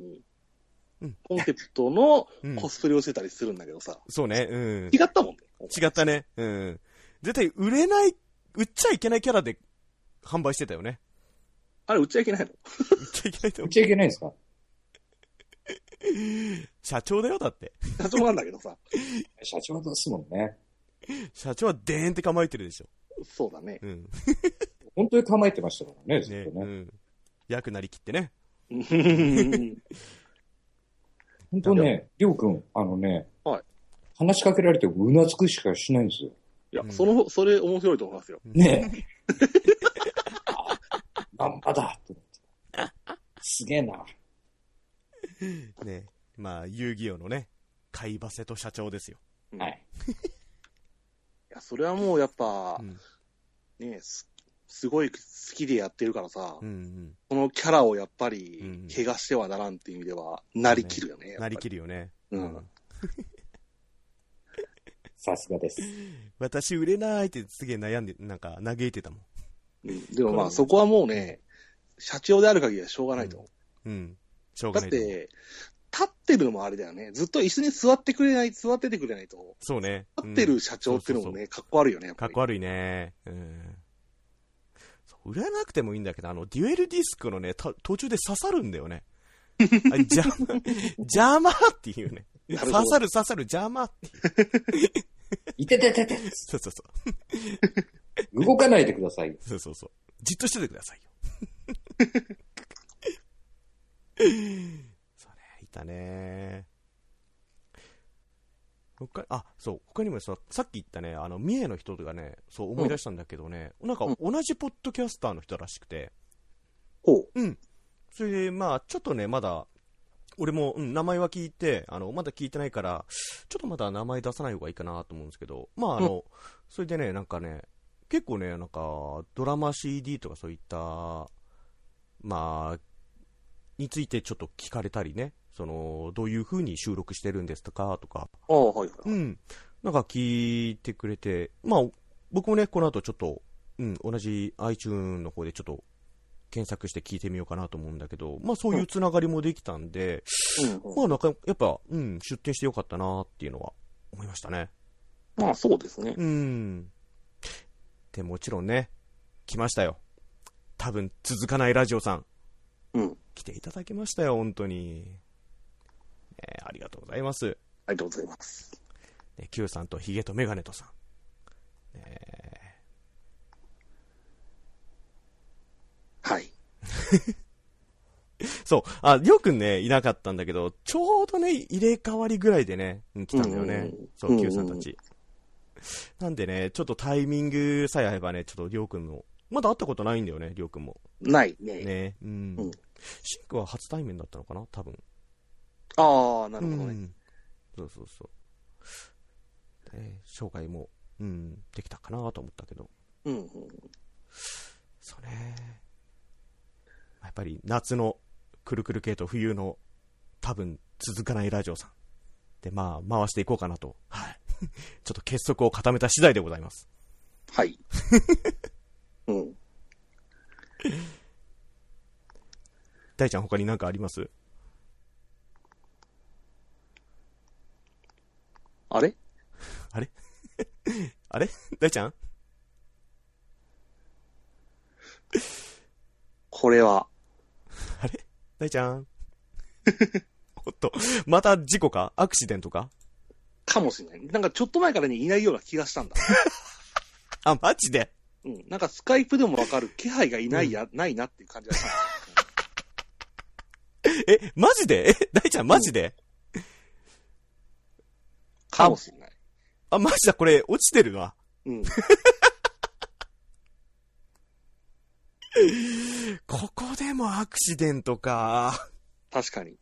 のコスプレをしてたりするんだけどさ。 そうね。 違ったもんね。 違ったね。絶対売っちゃいけないキャラで販売してたよね。 あれ、売っちゃいけないの？ 売っちゃいけないですか？ 社長だよ、だって。 社長なんだけどさ。 社長ですもんね。 社長はでーんって構えてるでしょ。 そうだね。 本当に構えてましたからね、ずっとね。 役なりきってね。 本当ね、りょうくん、話しかけられてうなずくしかしないんですよ。 いや、それ面白いと思いますよ。 ねえ。ガンバだって思って。すげえな。 ね、まあ、遊戯王のね、貝バセと社長ですよ。 はい。 いや、それはもうやっぱ、ね、すごい好きでやってるからさ、このキャラをやっぱり、怪我してはならんっていう意味では、なりきるよね。 なりきるよね。 さすがです。 私売れないってすげえ悩いてたもん。でもまあ、そこはもうね、社長である限りはしょうがないと思う。 しょうがない。 だって、立ってるのもあれだよね。ずっと椅子に座っててくれないと。 そうね。 立ってる社長ってのもね、かっこ悪いよね。 かっこ悪いね。売れなくてもいいんだけど、デュエルディスクのね、途中で刺さるんだよね。邪魔っていうね。刺さる、邪魔っていう。 いてててて。 そう。 動かないでください。 そう。じっとしててくださいよ。それ、いたね。他にもさっき言ったね、三重の人がね、そう思い出したんだけどね、なんか同じポッドキャスターの人らしくて。それで、まあ、ちょっとね、まだ、俺も、名前は聞いて、まだ聞いてないから、ちょっとまだ名前出さない方がいいかなと思うんですけど、まあ、それでね、なんかね、結構ね、なんか、ドラマ CD とかそういった、まあ、についてちょっと聞かれたりね、どういう風に収録してるんですかとか、なんか聞いてくれて、まあ、僕もね、この後ちょっと、同じ iTunes の方でちょっと検索して聞いてみようかなと思うんだけど、まあそういうつながりもできたんで、まあなんか、やっぱ、出店してよかったなっていうのは思いましたね。 まあそうですね。 で、もちろんね、来ましたよ。多分続かないラジオさん。来ていただきましたよ、本当に。ありがとうございます。 ありがとうございます。 Q さんとヒゲとメガネとさん。 はい。 そう、りょうくんね、いなかったんだけど、ちょうどね、入れ替わりぐらいでね、来たんだよね。そう、Q さんたち。なんでね、ちょっとタイミングさえ合えばね、ちょっとりょうくんも、まだ会ったことないんだよね、りょうくんも。 ないね。 ね、シンクは初対面だったのかな、多分。 ああ、なるほどね。 そう。紹介も、できたかなと思ったけど。そうね。やっぱり夏のくるくる系と冬の多分続かないラジオさん。で、まあ、回していこうかなと。はい。ちょっと結束を固めた次第でございます。 はい。 大ちゃん他に何かあります？ あれあれ大ちゃんこれは。 あれ大ちゃんおっと、また事故かアクシデントかかもしれない。なんかちょっと前からね、いないような気がしたんだ。 あ、マジで？ うん。なんかスカイプでもわかる気配がいないないなっていう感じがした。 マジで？大ちゃんマジで？ かもしれない。 あ、マジだ、これ落ちてるわ。 うん。 ここでもアクシデントか。 確かに。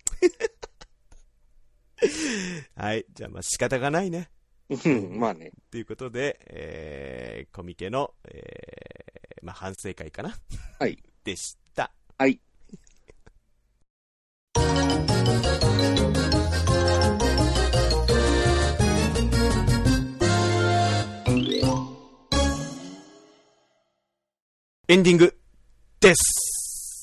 はい。じゃあまあ仕方がないね。 まあね。 ということで、コミケの、まあ反省会かな。 はい。 でした。 はい。 エンディングです。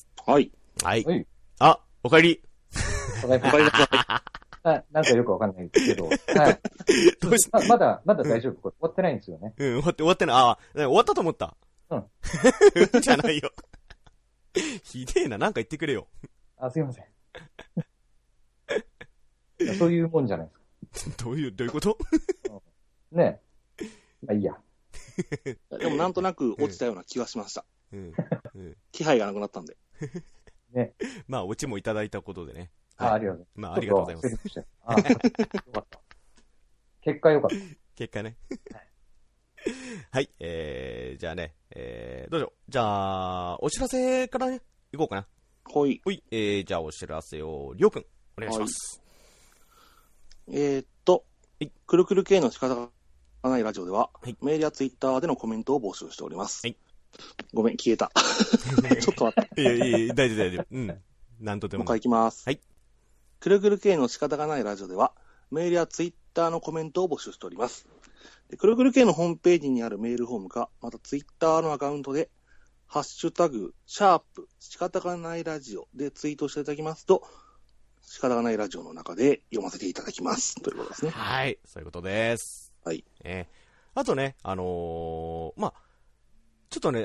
はい。 はい。あ、おかえり。 おかえりなさい。なんかよくわかんないけど。はい。どうしまだ大丈夫、これ終わってないんですよね。 終わってない。終わったと思った。 うん。 じゃないよ。ひでえな、なんか言ってくれよ。 すいません。そういうもんじゃないですか。どういうこと？ ねえ。まあいいや。 でもなんとなく落ちたような気はしました。気配がなくなったんで。 ね。 まあ、オチもいただいたことでね。 ありがとうございます。 まあ、ありがとうございます。 よかった。結果よかった。 結果ね。はい。じゃあね、どうぞ。じゃあ、お知らせからね、いこうかな。 はい。 じゃあ、お知らせを、りょうくん、お願いします。 くるくる系の仕方がないラジオでは、メールやツイッターでのコメントを募集しております。はい。ごめん、消えた。ちょっと待って。 いや、大丈夫。うん。なんとでも。 もう一回いきます。 はい。 くるくる系の仕方がないラジオでは、メールやツイッターのコメントを募集しております。くるくる系のホームページにあるメールフォームか、またツイッターのアカウントで、ハッシュタグ、仕方がないラジオでツイートしていただきますと、仕方がないラジオの中で読ませていただきます。ということですね。 はい。そういうことです。 はい。 あとね、まあ、ちょっとね、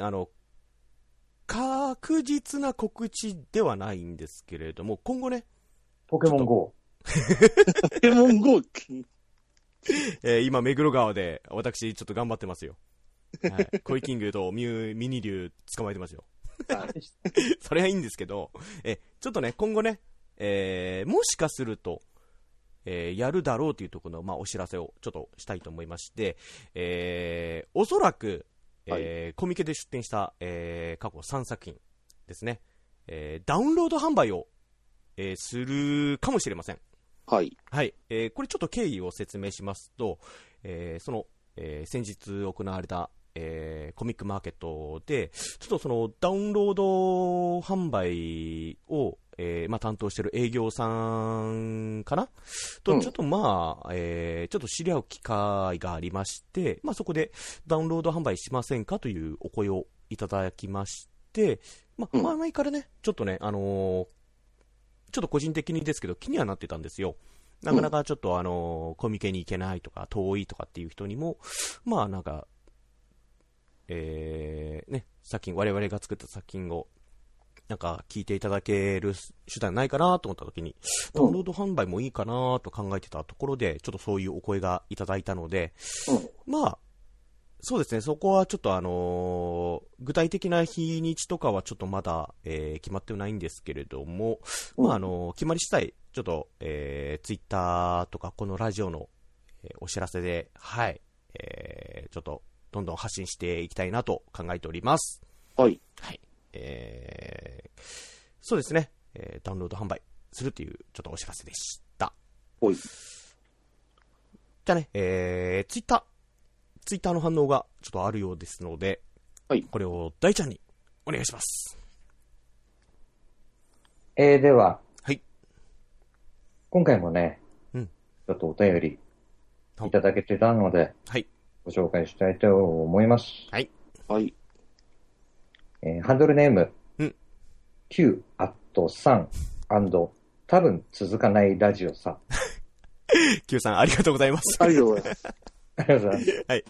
確実な告知ではないんですけれども、今後ね、 ポケモン GO。 ポケモン GO 今、目黒川で、私、ちょっと頑張ってますよ。はい。コイキングとミニ竜捕まえてますよ。それはいいんですけど、ちょっとね、今後ね、もしかすると、やるだろうというところの、まあ、お知らせをちょっとしたいと思いまして、おそらく、コミケで出展した、過去3作品ですね、ダウンロード販売を、するかもしれません。 はい。 はい。これちょっと経緯を説明しますと、その、先日行われた、コミックマーケットで、ちょっとそのダウンロード販売を、まあ、担当している営業さんかなと、ちょっとまあ、ちょっと知り合う機会がありまして、まあ、そこでダウンロード販売しませんかというお声をいただきまして、まあ、前からね、ちょっとね、ちょっと個人的にですけど気にはなってたんですよ。なかなかちょっとコミケに行けないとか遠いとかっていう人にも、まあなんか、ね、我々が作った作品をなんか聞いていただける手段ないかなと思った時に、ダウンロード販売もいいかなと考えてたところで、ちょっとそういうお声がいただいたので、まあ、そうですね、そこはちょっと具体的な日にちとかはちょっとまだ、決まってないんですけれども、まあ決まり次第、ちょっと、ツイッターとかこのラジオの、お知らせで、はい、ちょっとどんどん発信していきたいなと考えております。 はい。 はい。そうですね、ダウンロード販売するというちょっとお知らせでした。 はい。 じゃあね、ツイッターの反応がちょっとあるようですので、 はい。 これを大ちゃんにお願いします。 では、 はい。 今回もね、ちょっとお便りいただけてたので、 はい。 ご紹介したいと思います。 はい。 はい。 ハンドルネーム、Q@3& 多分続かないラジオさ。 Q さんありがとうございます。 ありがとうございます。 ありがとうございます。 はい。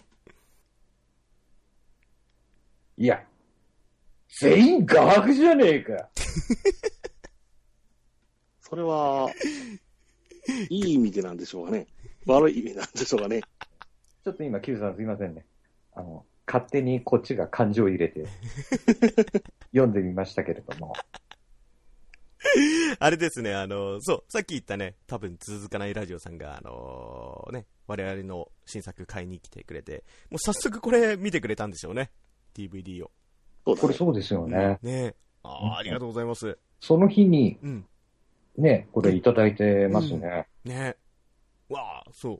いや、全員画伯じゃねえか。 それは、いい意味でなんでしょうかね。 悪い意味なんでしょうかね。 ちょっと今、Q さんすいませんね。勝手にこっちが感情を入れて、読んでみましたけれども。 あれですね、そう、さっき言ったね、多分続かないラジオさんが、ね、我々の新作買いに来てくれて、もう早速これ見てくれたんでしょうね、DVD を。 これそうですよね。 ね、ありがとうございます。 その日に、ね、これいただいてますね。 ね。わあ、そう。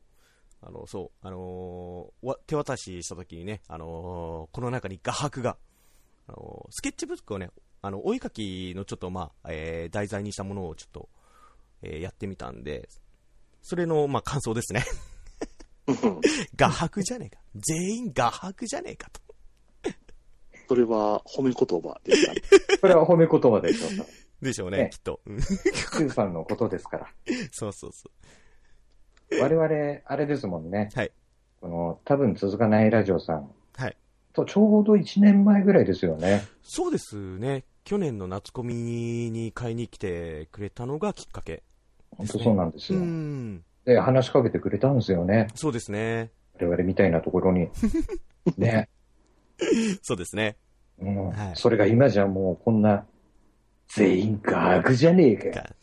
手渡ししたときにね、この中に画伯が、スケッチブックをね、お絵かきのちょっと題材にしたものをちょっと、やってみたんで、それの感想ですね。画伯じゃねえか。全員画伯じゃねえかと。 それは褒め言葉ですかね。 それは褒め言葉でしょうか。 でしょうね、きっと。 Q さんのことですから。 そうそうそう。 我々、あれですもんね。 はい。 多分続かないラジオさん。 はい。 と、ちょうど1年前ぐらいですよね。 そうですね。去年の夏コミに買いに来てくれたのがきっかけ、ね。 本当そうなんですよ。で、話しかけてくれたんですよね。 そうですね。 我々みたいなところに。ね。 そうですね。 はい。それが今じゃもうこんな、全員ガーグじゃねえか。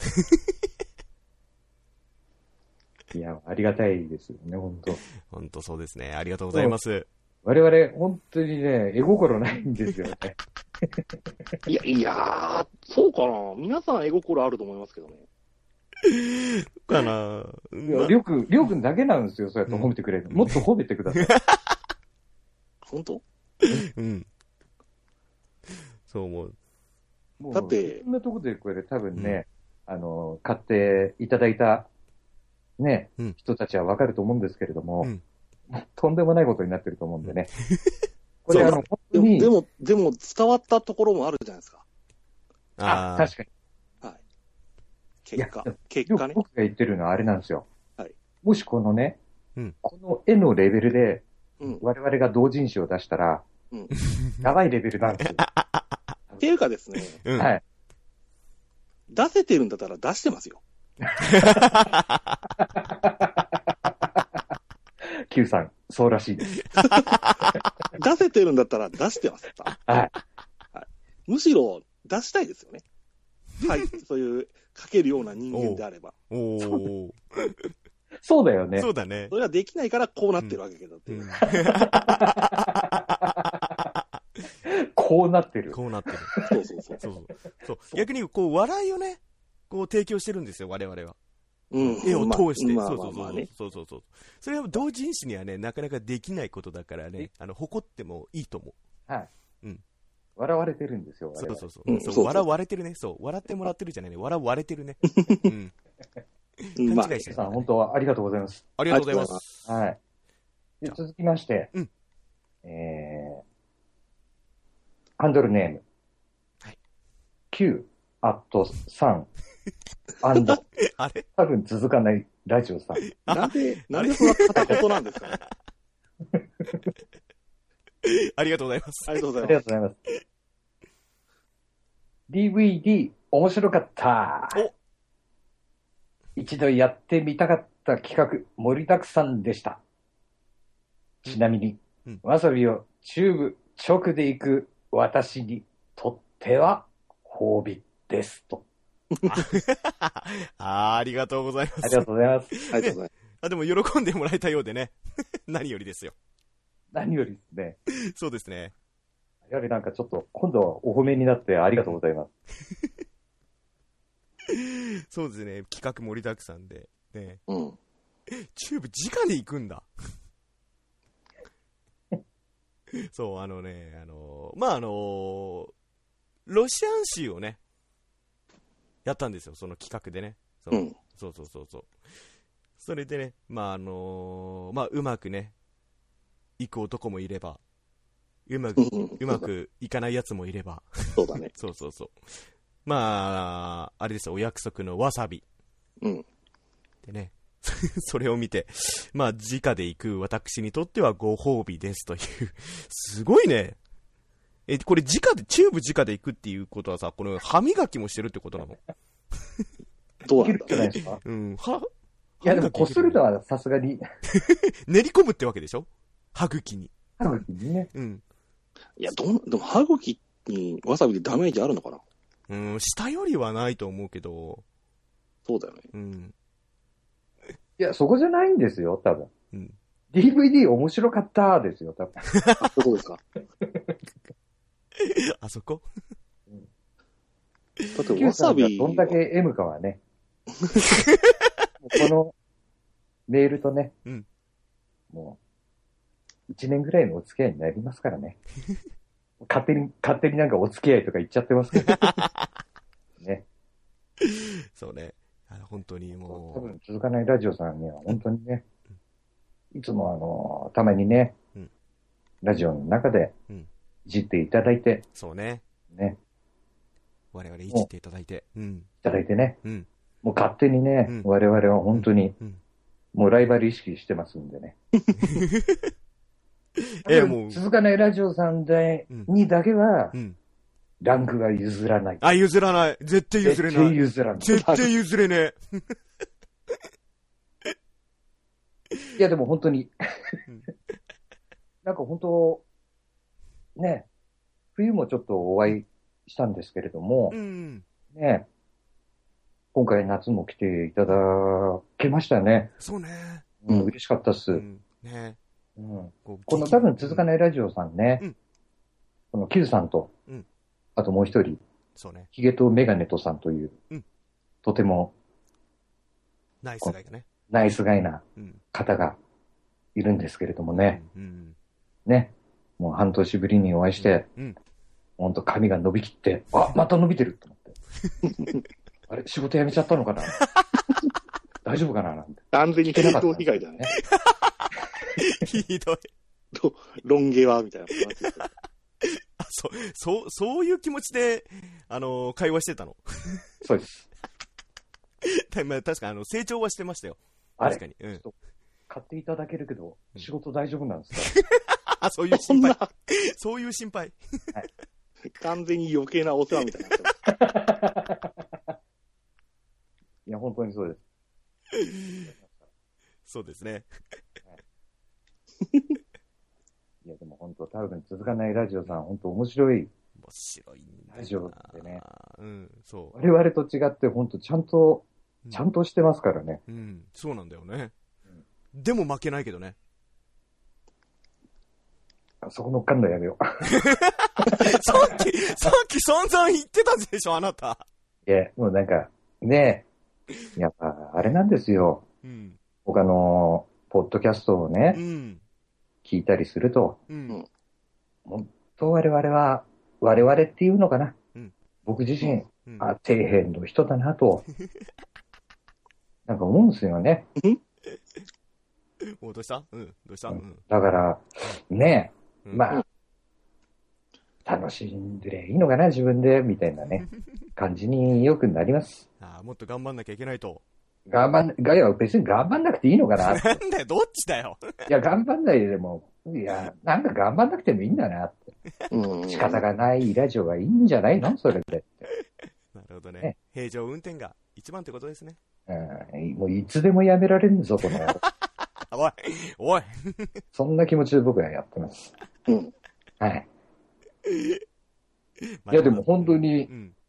いや、ありがたいですよね、本当。 本当そうですね。ありがとうございます。 我々、本当にね、絵心ないんですよね。 いや、そうかな。皆さん絵心あると思いますけどね。 かな。 りょうくんだけなんですよ、そうやって褒めてくれる。もっと褒めてください。 本当？ うん。そう思う。 だって、 そんなとこでこれ多分ね、買っていただいた、ね、人たちはわかると思うんですけれども、とんでもないことになってると思うんでね。これ本当に。 でも伝わったところもあるじゃないですか。 確かに。 はい。結果ね。 僕が言ってるのはあれなんですよ。 はい。 もしこのね、この絵のレベルで、我々が同人誌を出したら、やばいレベルなんですよ。 っていうかですね、 はい。 出せてるんだったら出してますよ。 Q さん、そうらしいです。 出せてるんだったら出してます。 はい。 むしろ出したいですよね。はい。そういう書けるような人間であれば。 そうだよね。 そうだね。 それはできないからこうなってるわけだっていう。 こうなってる。 こうなってる。 そう。 逆にこう笑いをね、こう提供してるんですよ、我々は。絵を通して。そう。それは同人誌にはね、なかなかできないことだからね、誇ってもいいと思う。はい。笑われてるんですよ、 そう。笑われてるね。そう。笑ってもらってるじゃないね。笑われてるね。勘違いしてる。 本当はありがとうございます。 ありがとうございます。 はい。で、続きまして、ハンドルネーム。 はい。 Q@3 あれ多分続かないラジオさん。 なんでそんな片言なんですかね。 ありがとうございます。 ありがとうございます。 DVD 面白かった。一度やってみたかった企画盛りだくさんでした。ちなみに、わさびをチューブ直で行く私にとっては褒美ですと。 ありがとうございます。 ありがとうございます。 ありがとうございます。 でも喜んでもらえたようでね。何よりですよ。 何よりですね。 そうですね。 やはりなんかちょっと今度はお褒めになってありがとうございます。 そうですね。企画盛りだくさんで。ね。チューブ直で行くんだ。そう、ロシアン州をね、やったんですよ、その企画でね。そう。それでね、うまくね、行く男もいれば、うまくいかないやつもいれば。 そうだね。 そう。あれですよ、お約束のわさび。でね、それを見て、直で行く私にとってはご褒美ですという、すごいね。これチューブ直で行くっていうことはさ、この歯磨きもしてるってことなの？ どうなんだろうね。 いやでもこするのはさすがに。 練り込むってわけでしょ、歯茎に。 歯茎にね。 うん。 いや、でも歯茎にわさびでダメージあるのかな。 下よりはないと思うけど。 そうだよね。 うん。 いや、そこじゃないんですよ、多分。 うん。 DVD 面白かったですよ、多分。 あ、そうですか。 あそこだってわさび。 どんだけ M かはね。このメールとね、 うん、 もう、1年ぐらいのお付き合いになりますからね。勝手になんかお付き合いとか言っちゃってますけど。ね。 そうね。本当にもう。多分続かないラジオさんには本当にね、いつもたまにね、うん、ラジオの中で、いじっていただいて。 そうね。 ね。 我々いじっていただいて。 いただいてね。 うん。 もう勝手にね、我々は本当に、もうライバル意識してますんでね。もう続かないラジオさんにだけは、ランクが譲らない。 あ、譲らない。絶対譲れない。 譲らない。 絶対譲れねえ。いや、でも本当に、なんか本当、ね、冬もちょっとお会いしたんですけれども、ね、今回夏も来ていただけましたね。 そうね。 嬉しかったっす。 ね。 この多分続かないラジオさんね、この Q さんと、あともう一人、 そうね。 ヒゲとメガネとさんという、とても、 ナイスガイがね。 ナイスガイな方がいるんですけれどもね。ね。もう半年ぶりにお会いして、ほんと髪が伸びきって、あ、また伸びてると思って。あれ、仕事辞めちゃったのかな大丈夫かななんて。 完全に系統被害だね。 ひどい。 ロン毛はみたいな。 そういう気持ちで、会話してたの。 そうです。 確か成長はしてましたよ。確かに。 買っていただけるけど、仕事大丈夫なんですかそういう心配。そういう心配。 はい、完全に余計なお世話みたいな。 いや、本当にそうです。 そうですね。 いや、でも本当、多分続かないラジオさん、本当面白い。 面白いラジオってね。 そう。 我々と違って、本当ちゃんとしてますからね。 そうなんだよね。でも負けないけどね。 そこ乗っかんのやめよう。 さっき散々言ってたでしょ、あなた。 いや、もうなんか、ねえ、やっぱ、あれなんですよ。他の、ポッドキャストをね、聞いたりすると、本当我々っていうのかな。僕自身、底辺の人だなと、なんか思うんですよね。 どうしたどうしただから、ねえ、まあ、楽しんでりゃいいのかな、自分で、みたいなね、感じによくなります。 もっと頑張んなきゃいけないと。 ガヤは別に頑張んなくていいのかな。 なんだよ、どっちだよ。 いや、頑張んないでも、いや、なんか頑張んなくてもいいんだなって。仕方がないラジオがいいんじゃないのそれでって。 なるほどね。平常運転が一番ってことですね。 もういつでもやめられるぞ、この。 おいそんな気持ちで僕はやってます。はい。いや、でも本当に、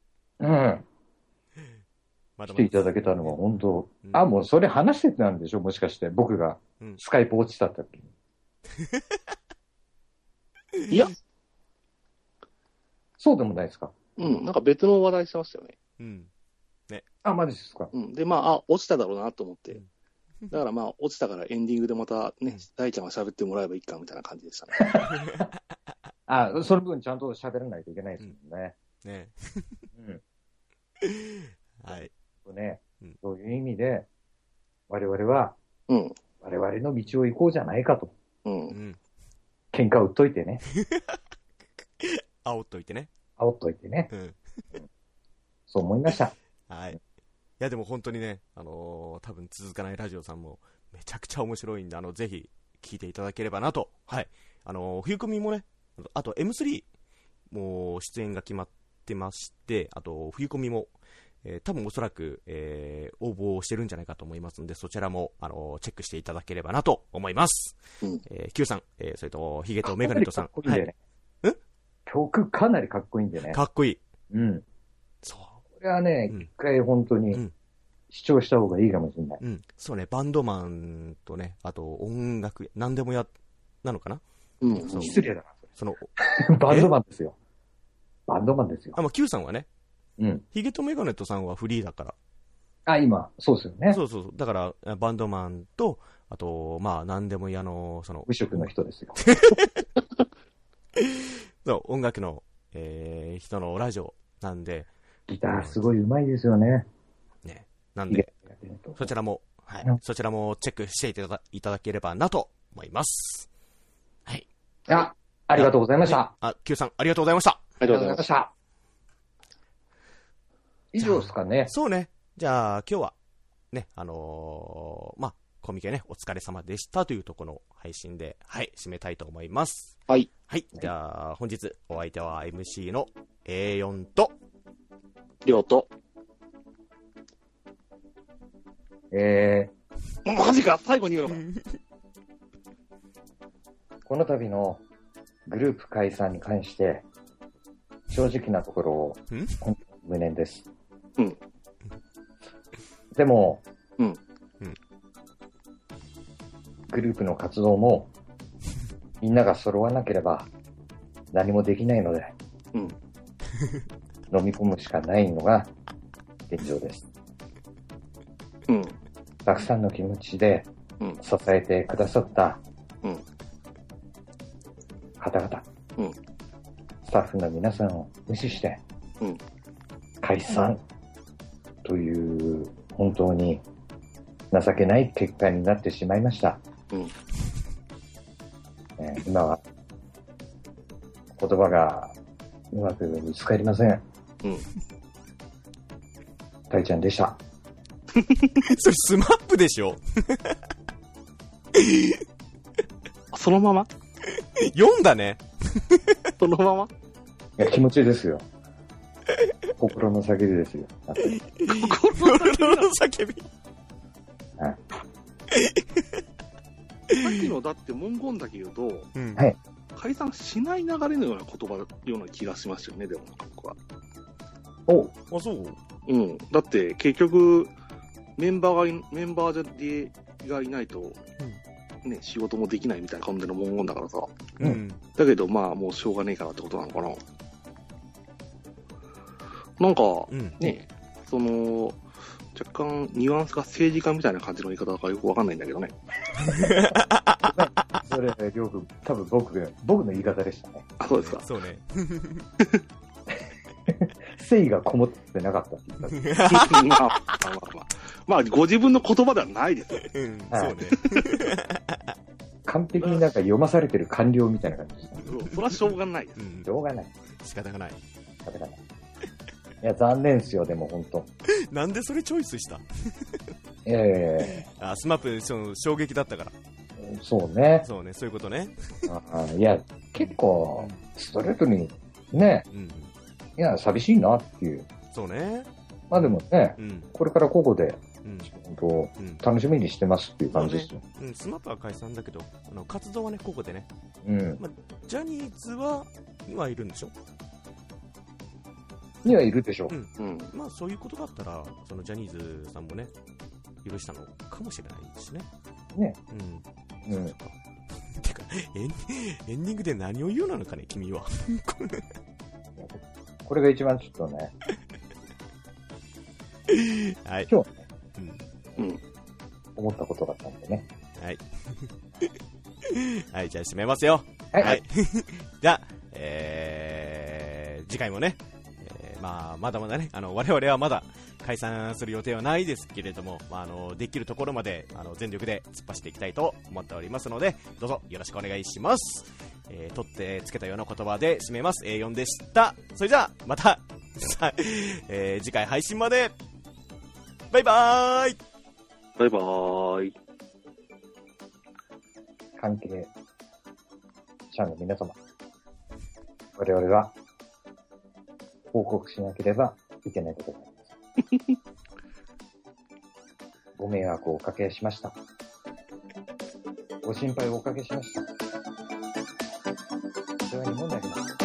来ていただけたのは本当、もうそれ話してたんでしょもしかして、僕がスカイプ落ちた時に。 いや。 そうでもないですか？ なんか別の話題してましたよね。 ね。 マジですか？ で、落ちただろうなと思って。だから落ちたからエンディングでまたね、大ちゃんが喋ってもらえばいいかみたいな感じでしたね。その分ちゃんと喋らないといけないですもんね。 ね。はい。 ね、そういう意味で、我々は、我々の道を行こうじゃないかと。喧嘩を売っといてね。 煽っといてね。 煽っといてね。そう思いました。 はい。いや、でも本当にね、多分続かないラジオさんもめちゃくちゃ面白いんで、ぜひ聞いていただければなと。はい。冬組もね、あと M3 も出演が決まってまして、あと冬組も多分おそらく、応募をしてるんじゃないかと思いますので、そちらも、チェックしていただければなと思います。Q さん、それと、ヒゲとメガネとさん。 はい。曲かなりかっこいいんでね。 かっこいい。 うん。そう。これはね、一回本当に、視聴した方がいいかもしれない。 そうね、バンドマンとね、あと音楽、何でもなのかな？ 失礼だな、 その、 バンドマンですよ。バンドマンですよ。 Q さんはね、ヒゲとメガネとさんはフリーだから。 今、そうですよね。 そう。だから、バンドマンと、あと、何でも屋の、 無職の人ですよ。 そう、音楽の、人のラジオなんで。 ギターすごい上手いですよね。 ね。なんで、そちらも、そちらもチェックしていただければなと思います。はい。 ありがとうございました。 Q さん、ありがとうございました。 ありがとうございました。以上ですかね。 そうね。じゃあ、今日は、ね、コミケね、お疲れ様でしたというところの配信で、締めたいと思います。 はい。 じゃあ、本日、お相手は MC の A4 と、 りょうと、マジか最後に言うのこの度のグループ解散に関して、正直なところ、無念です。でも、グループの活動もみんなが揃わなければ何もできないので、飲み込むしかないのが現状です。たくさんの気持ちで支えてくださった方々、スタッフの皆さんを無視して、解散という本当に情けない結果になってしまいました。今は言葉がうまく見つかりません。大ちゃんでした。 それスマップでしょそのまま読んだね。 そのままいや、気持ちですよ。心の叫びですよ。 心の叫び。 はい。 さっきのだって文言だけ言うと、 はい。 解散しない流れのような言葉のような気がしますよね、でも僕は。 そう？ だって結局、メンバーがいないと、仕事もできないみたいな感じの文言だからさ。だけどもうしょうがねえからってことなのかな。なんか、若干ニュアンスが政治家みたいな感じの言い方がよくわかんないんだけどね。 それ、りょうくん、多分僕の言い方でしたね。 そうですか。 そうね。 誠意がこもってなかったって言った。 ご自分の言葉ではないですよ。 そうね。 完璧になんか読まされてる官僚みたいな感じですね。 それはしょうがないです。 しょうがない。 仕方がない。 いや、残念ですよ、でも本当。 なんでそれチョイスした？スマップ、衝撃だったから。 そうね。 そういうことね。 いや、結構、ストレートに、ね、いや、寂しいなっていう。 そうね。 でもね、これからここで、本当、楽しみにしてますっていう感じですよ。 スマップは解散だけど、活動はね、ここでね。ジャニーズは、今いるんでしょ？ にはいるでしょう。 そういうことだったら、ジャニーズさんもね、許したのかもしれないしね。 ね。 てか、エンディングで何を言うなのかね、君は。 これが一番ちょっとね。 はい。 今日ね、思ったことだったんでね。 はい。はい、じゃあ締めますよ。 はい。 じゃあ、次回もね、まだまだね、我々はまだ解散する予定はないですけれども、できるところまで全力で突っ走っていきたいと思っておりますので、どうぞよろしくお願いします。取ってつけたような言葉で締めます。A4 でした。それじゃあまた次回配信まで。バイバーイ。 バイバーイ。 関係者の皆様、我々は報告しなければいけないことがあります。 ご迷惑をおかけしました。ご心配をおかけしました。お世話にもなります。